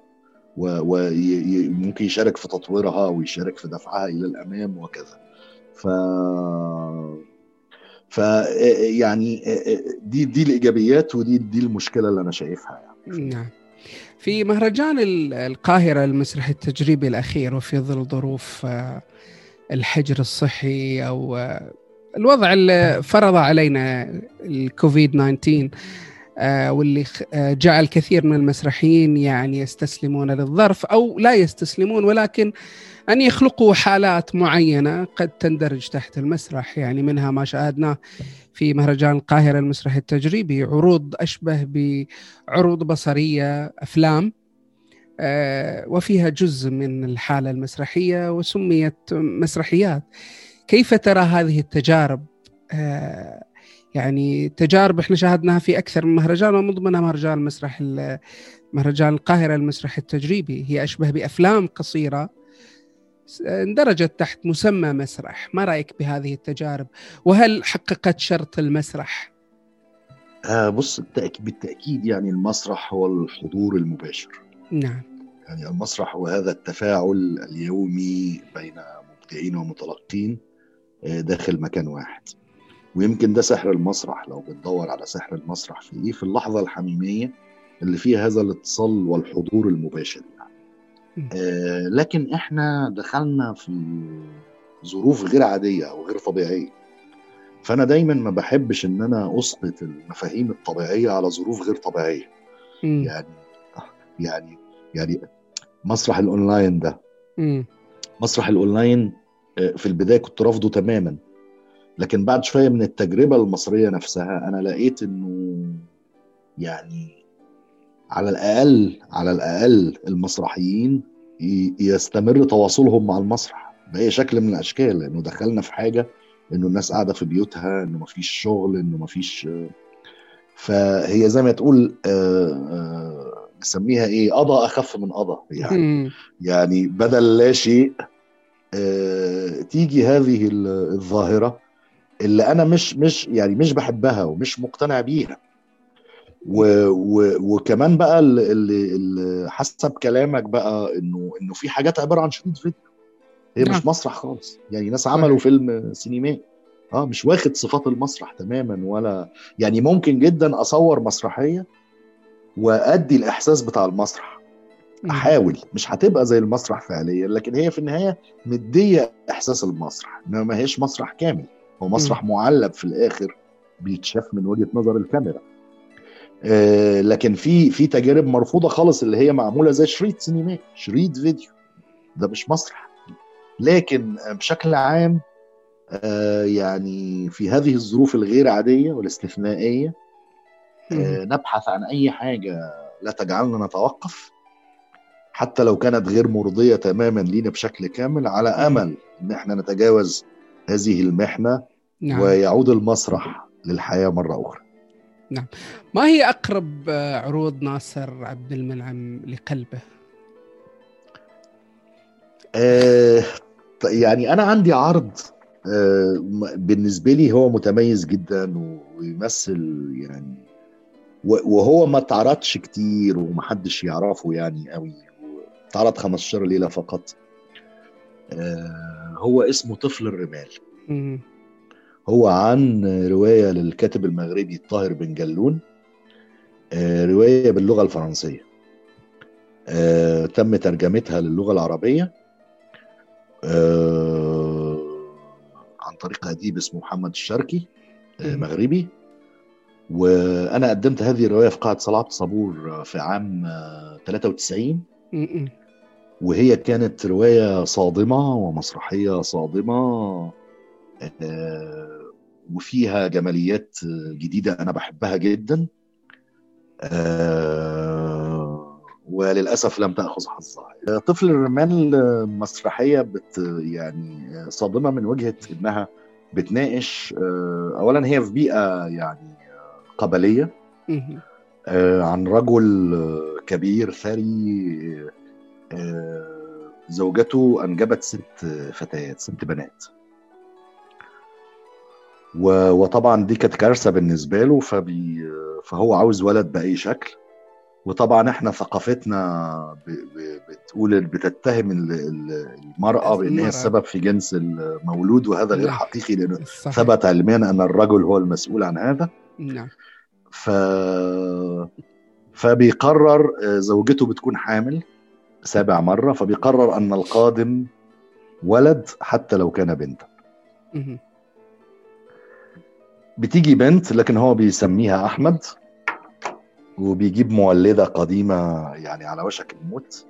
وممكن يشارك في تطويرها ويشارك في دفعها إلى الأمام وكذا. ف ف يعني دي دي الإيجابيات ودي دي المشكلة اللي أنا شايفها يعني. نعم. في مهرجان القاهرة المسرح التجريبي الأخير وفي ظل ظروف الحجر الصحي أو الوضع اللي فرض علينا الكوفيد تسعة عشر واللي جعل كثير من المسرحيين يعني يستسلمون للظرف أو لا يستسلمون، ولكن أن يخلقوا حالات معينة قد تندرج تحت المسرح. يعني منها ما شاهدناه في مهرجان القاهرة المسرح التجريبي، عروض أشبه بعروض بصرية، أفلام وفيها جزء من الحالة المسرحية وسميت مسرحيات. كيف ترى هذه التجارب؟ آه يعني تجارب احنا شاهدناها في أكثر من مهرجان، ومن ضمنها مهرجان المسرح مهرجان القاهرة المسرح التجريبي. هي أشبه بأفلام قصيرة اندرجت تحت مسمى مسرح. ما رأيك بهذه التجارب؟ وهل حققت شرط المسرح؟ آه بص، بالتأكيد يعني المسرح هو الحضور المباشر. نعم. يعني المسرح هو هذا التفاعل اليومي بين مبدعين ومتلقين داخل مكان واحد. ويمكن ده سحر المسرح. لو بتدور على سحر المسرح في ايه، في اللحظة الحميمية اللي فيها هذا الاتصال والحضور المباشر يعني. آه لكن احنا دخلنا في ظروف غير عادية او غير طبيعية. فانا دايما ما بحبش ان انا اسقط المفاهيم الطبيعية على ظروف غير طبيعية. م. يعني يعني يعني مسرح الاونلاين ده، م. مسرح الاونلاين في البداية كنت رافضه تماما، لكن بعد شوية من التجربة المصرية نفسها أنا لقيت إنه يعني على الأقل على الأقل المسرحيين يستمر تواصلهم مع المسرح بأي شكل من الأشكال، لأنه دخلنا في حاجة إنه الناس قاعدة في بيوتها، إنه مفيش شغل، إنه مفيش. فهي زي ما تقول نسميها إيه، قضاء أخف من قضاء يعني. يعني بدل لا شيء تيجي هذه الظاهرة اللي انا مش مش يعني مش بحبها ومش مقتنع بيها. و و وكمان بقى اللي, اللي حسب كلامك بقى انه انه في حاجات عباره عن شريط فيديو، هي مش مسرح خالص. يعني ناس عملوا فيلم سينمائي اه مش واخد صفات المسرح تماما، ولا يعني ممكن جدا اصور مسرحيه وادي الاحساس بتاع المسرح، احاول. مش هتبقى زي المسرح فعليا، لكن هي في النهايه مديه احساس المسرح، انما ما هيش مسرح كامل. هو مسرح معلب في الاخر بيتشاف من وجهة نظر الكاميرا. آه لكن في في تجارب مرفوضة خالص اللي هي معمولة زي شريط سينمائي، شريط فيديو، ده مش مسرح. لكن بشكل عام آه يعني في هذه الظروف الغير عادية والاستثنائية آه نبحث عن أي حاجة لا تجعلنا نتوقف، حتى لو كانت غير مرضية تماما لينا بشكل كامل، على أمل إن احنا نتجاوز هذه المحنة. نعم. ويعود المسرح للحياة مرة أخرى. نعم. ما هي أقرب عروض ناصر عبد المنعم لقلبه؟ آه يعني أنا عندي عرض آه بالنسبة لي هو متميز جدا ويمثل يعني، وهو ما تعرضش كتير ومحدش يعرفه يعني قوي، تعرض خمستاشر ليلة فقط. آه هو اسمه طفل الرمال. م- هو عن رواية للكاتب المغربي الطاهر بن جلون، آه رواية باللغة الفرنسية، آه تم ترجمتها للغة العربية آه عن طريق أديب اسمه محمد الشركي، آه مغربي. وأنا قدمت هذه الرواية في قاعة صلاة صبور في عام آه ثلاثة وتسعين، وهي كانت رواية صادمة ومسرحية صادمة آه وفيها جماليات جديدة أنا بحبها جدا، آه وللأسف لم تأخذ حظها. طفل الرمال مسرحية بت يعني صادمة من وجهة إنها بتناقش آه أولا هي في بيئة يعني قبلية آه عن رجل كبير ثري آه زوجته أنجبت ست فتيات، ست بنات، وطبعا دي كانت كارثه بالنسبه له، فبي فهو عاوز ولد باي شكل. وطبعا احنا ثقافتنا بتقول بتتهم المراه بان هي السبب في جنس المولود، وهذا غير حقيقي لانه ثبت علميا ان الرجل هو المسؤول عن هذا. نعم. ف فبيقرر زوجته بتكون حامل سابع مره، فبيقرر ان القادم ولد حتى لو كان بنتا. بتيجي بنت لكن هو بيسميها أحمد، وبيجيب مولدة قديمة يعني على وشك الموت،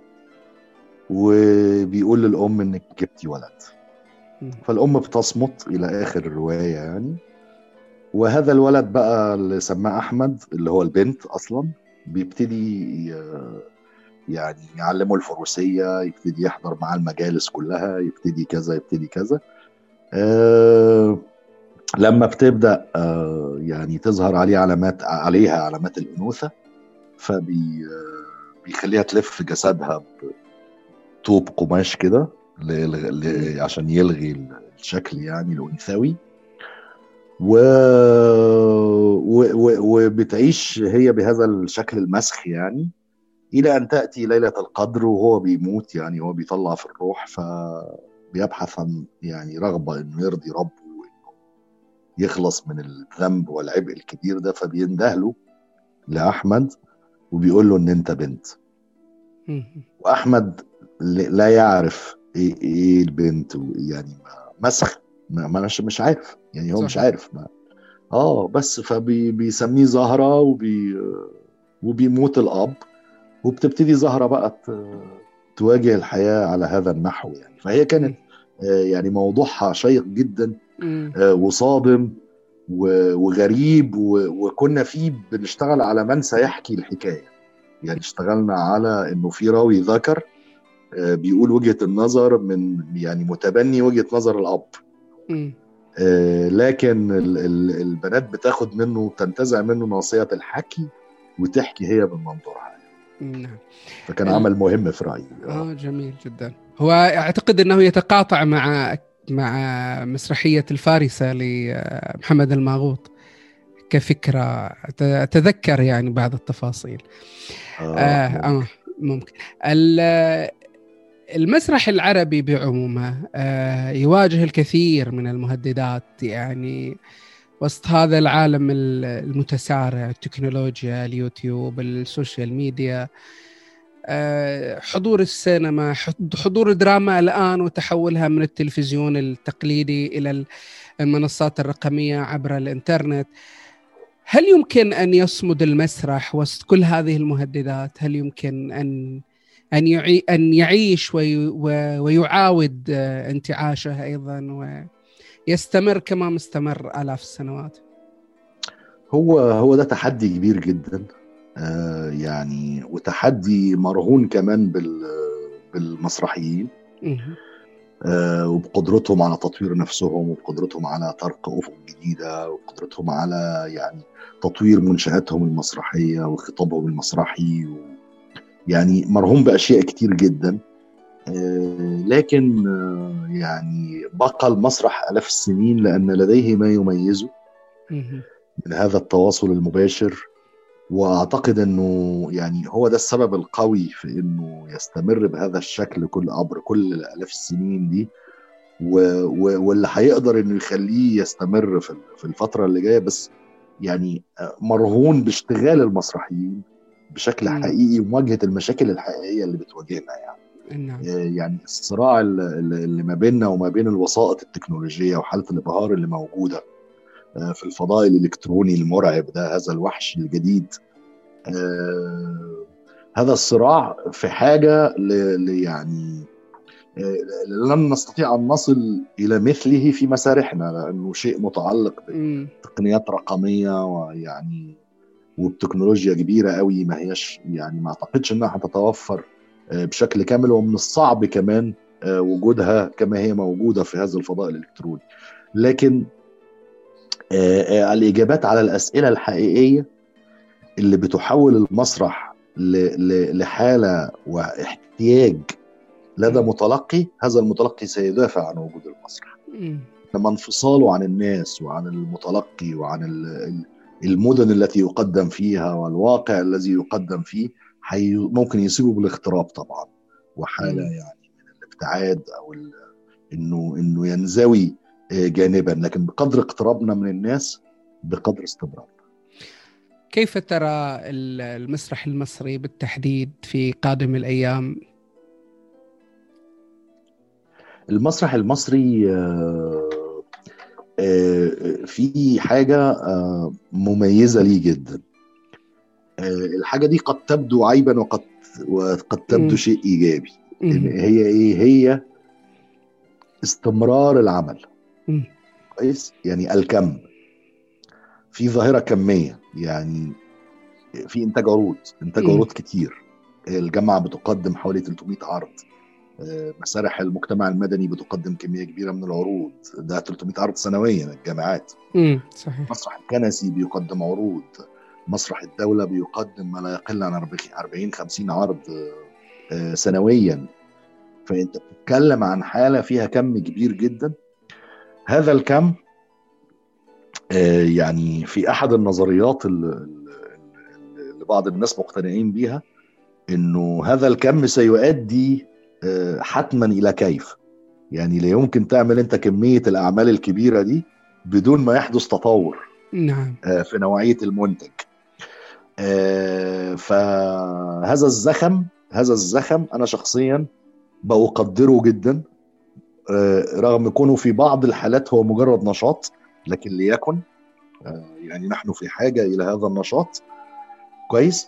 وبيقول للأم إنك جبتي ولد. فالأم بتصمت إلى آخر الرواية يعني. وهذا الولد بقى اللي سماه أحمد اللي هو البنت أصلا بيبتدي يعني يعلمه الفروسية، يبتدي يحضر مع المجالس كلها، يبتدي كذا يبتدي كذا. آه لما بتبدأ آه يعني تظهر عليه علامات عليها علامات الأنوثة، فبي آه بيخليها تلف جسدها بطوب قماش كده عشان يلغي الشكل يعني الأنثوي، و... و... و... وبتعيش هي بهذا الشكل المسخ يعني إلى أن تأتي ليلة القدر وهو بيموت، يعني هو بيطلع في الروح، فبيبحث عن يعني رغبة إنه يرضي ربه وإنه يخلص من الذنب والعبء الكبير ده، فبيندهله لأحمد وبيقول له إن أنت بنت. وأحمد لا يعرف إيه, إيه البنت، يعني مسخ ما مش مش عارف، يعني هو صحيح. مش عارف ما اه بس فبيسميه زهرة وبي وبيموت الأب، وبتبتدي زهرة بقى تواجه الحياة على هذا النحو يعني. فهي كانت آه يعني موضوعها شيق جدا آه وصادم وغريب، وكنا فيه بنشتغل على من سيحكي الحكاية، يعني اشتغلنا على انه في راوي ذكر آه بيقول وجهة النظر من يعني متبني وجهة نظر الأب، آه لكن ال ال البنات بتاخد منه تنتزع منه ناصية الحكي وتحكي هي من منظورها. نعم. فكان ال... عمل مهم في رأيي. اه جميل جدا. هو اعتقد انه يتقاطع مع مع مسرحية الفارسة لمحمد الماغوط كفكرة، أتذكر يعني بعض التفاصيل. آه, آه, آه ممكن. المسرح العربي بعمومه آه يواجه الكثير من المهددات يعني وسط هذا العالم المتسارع، التكنولوجيا، اليوتيوب، السوشيال ميديا، حضور السينما، حضور الدراما الآن وتحولها من التلفزيون التقليدي إلى المنصات الرقمية عبر الإنترنت. هل يمكن أن يصمد المسرح وسط كل هذه المهددات؟ هل يمكن أن أن يعي أن يعيش وي ويعاود انتعاشه أيضا ويستمر كما مستمر آلاف السنوات؟ هو هو ده تحدي كبير جدا آه يعني، وتحدي مرهون كمان بال بالمسرحيين آه وبقدرتهم على تطوير نفسهم، وبقدرتهم على طرق أفق جديدة، وبقدرتهم على يعني تطوير منشآتهم المسرحية وخطابهم المسرحي، يعني مرهون بأشياء كتير جدا آه لكن آه يعني بقى المسرح آلاف السنين لأن لديه ما يميزه من هذا التواصل المباشر، واعتقد انه يعني هو ده السبب القوي في انه يستمر بهذا الشكل كل عبر كل الالاف السنين دي، واللي هيقدر انه يخليه يستمر في الفتره اللي جايه، بس يعني مرهون باشتغال المسرحيين بشكل م. حقيقي ومواجهه المشاكل الحقيقيه اللي بتواجهنا يعني. نعم. يعني الصراع اللي ما بيننا وما بين الوسائط التكنولوجيه وحاله الابهار اللي موجوده في الفضاء الإلكتروني المرعب ده، هذا الوحش الجديد، آه هذا الصراع في حاجة ل يعني آه لن نستطيع أن نصل إلى مثله في مسارحنا، لأنه شيء متعلق بتقنيات رقمية ويعني وبتكنولوجيا كبيرة قوي، ما هيش يعني ما أعتقدش أنها هتتوفر آه بشكل كامل، ومن الصعب كمان آه وجودها كما هي موجودة في هذا الفضاء الإلكتروني. لكن آه آه الإجابات على الأسئلة الحقيقية اللي بتحول المسرح لحالة واحتياج لدى متلقي، هذا المتلقي سيدافع عن وجود المسرح. لما انفصاله عن الناس وعن المتلقي وعن المدن التي يقدم فيها والواقع الذي يقدم فيه ممكن يصيبه بالاغتراب طبعا، وحالة يعني من الابتعاد أو إنه إنه ينزوي جانبا، لكن بقدر اقترابنا من الناس بقدر استمرارنا. كيف ترى المسرح المصري بالتحديد في قادم الأيام؟ المسرح المصري في حاجة مميزة ليه جدا. الحاجة دي قد تبدو عيبا وقد وقد تبدو م. شيء إيجابي. م. هي إيه؟ هي استمرار العمل. كويس؟ يعني الكم، في ظاهرة كمية، يعني في إنتاج عروض إنتاج عروض كتير. الجامعة بتقدم حوالي ثلاثمائة عرض مسارح المجتمع المدني بتقدم كمية كبيرة من العروض، ده ثلاثمائة عرض سنويا الجامعات. امم صحيح. المسرح الكنسي بيقدم عروض، مسرح الدولة بيقدم ما لا يقل عن أربعين خمسين عرض سنويا. فأنت بتتكلم عن حالة فيها كم كبير جدا. هذا الكم يعني في أحد النظريات اللي بعض الناس مقتنعين بيها إنه هذا الكم سيؤدي حتما إلى كيف. يعني لا يمكن تعمل أنت كمية الأعمال الكبيرة دي بدون ما يحدث تطور نعم في نوعية المنتج. فهذا الزخم هذا الزخم أنا شخصيا بقدره جدا، رغم كونه في بعض الحالات هو مجرد نشاط، لكن ليكن يعني نحن في حاجة إلى هذا النشاط. كويس.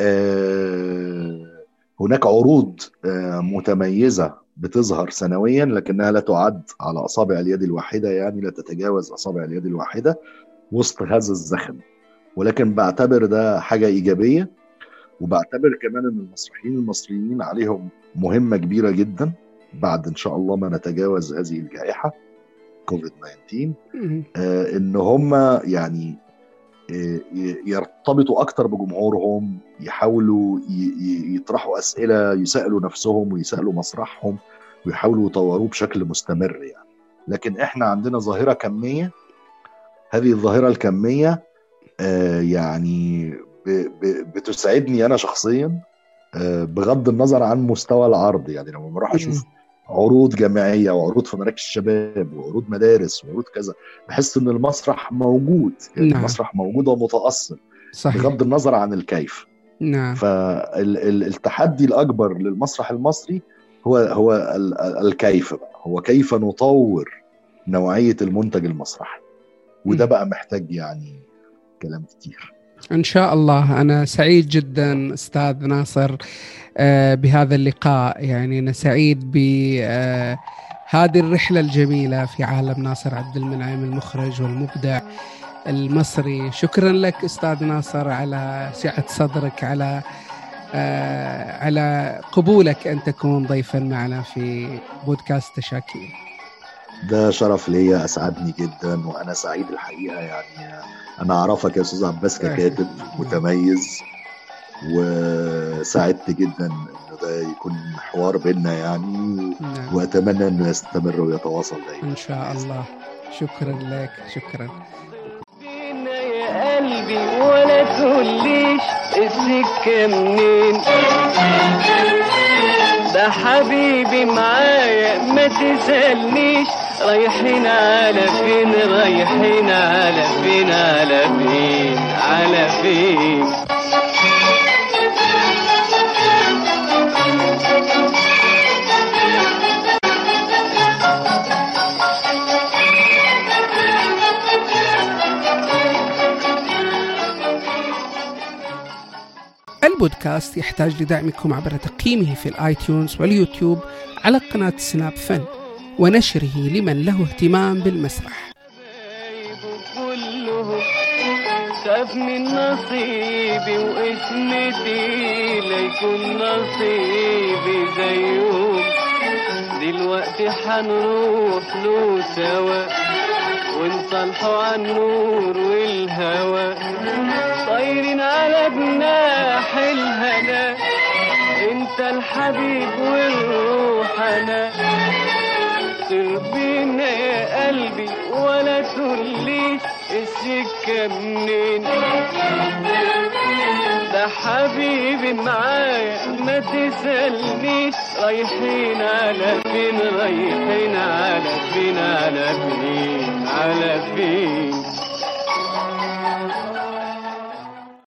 هناك عروض متميزة بتظهر سنويا لكنها لا تعد على أصابع اليد الواحدة، يعني لا تتجاوز أصابع اليد الواحدة وسط هذا الزخم، ولكن بعتبر ده حاجة إيجابية. وبعتبر كمان أن المسرحيين المصريين عليهم مهمة كبيرة جدا بعد إن شاء الله ما نتجاوز هذه الجائحة كوفيد تسعة عشر، آه إن هم يعني آه يرتبطوا أكتر بجمهورهم، يحاولوا يطرحوا أسئلة، يسألوا نفسهم ويسألوا مسرحهم ويحاولوا يطوروه بشكل مستمر يعني. لكن إحنا عندنا ظاهرة كمية، هذه الظاهرة الكمية آه يعني بتسعدني أنا شخصيا بغض النظر عن مستوى العرض. يعني لما بروح أشوف عروض جامعية وعروض في مراكز الشباب وعروض مدارس وعروض كذا، بحس إن المسرح موجود، يعني نعم. المسرح موجود ومتأصل صحيح. بغض النظر عن الكيف. نعم. فالتحدي الأكبر للمسرح المصري هو هو الكيف بقى، هو كيف نطور نوعية المنتج المسرحي، وده بقى محتاج يعني كلام كتير إن شاء الله. أنا سعيد جدا أستاذ ناصر بهذا اللقاء، يعني أنا سعيد بهذه الرحلة الجميلة في عالم ناصر عبد المنعم المخرج والمبدع المصري. شكرا لك أستاذ ناصر على سعة صدرك، على على قبولك أن تكون ضيفا معنا في بودكاست تشاكيل. ده شرف ليا، أسعدني جدا، وأنا سعيد الحقيقة. يعني أنا أعرفك يا أستاذ عباس ككاتب متميز، وسعدت جدا إنه ده يكون حوار بيننا يعني، وأتمنى إنه يستمر ويتواصل دايما إن شاء الله. شكرا لك. شكرا يا قلبي، ولا تقوليش السكة منين، ده حبيبي معايا ما تسألنيش رايحين على فين، رايحين على فين، على فين، على فين. البودكاست يحتاج لدعمكم عبر تقييمه في الآيتيونز واليوتيوب على قناة سناب فن، ونشره لمن له اهتمام بالمسرح. كلهم شاف من نصيبي واسمتي ليكون نصيبي زيهم، دلوقتي حنروح له سوا ونصلحوا عن النور والهوى، طايرين على جناح الهنا، انت الحبيب والروح انا، سر بينا يا قلبي ولا تقوليش السكة منين، ده حبيبي معايا ما تسألنيش رايحين على فين، رايحين على فين، على فين، على فين.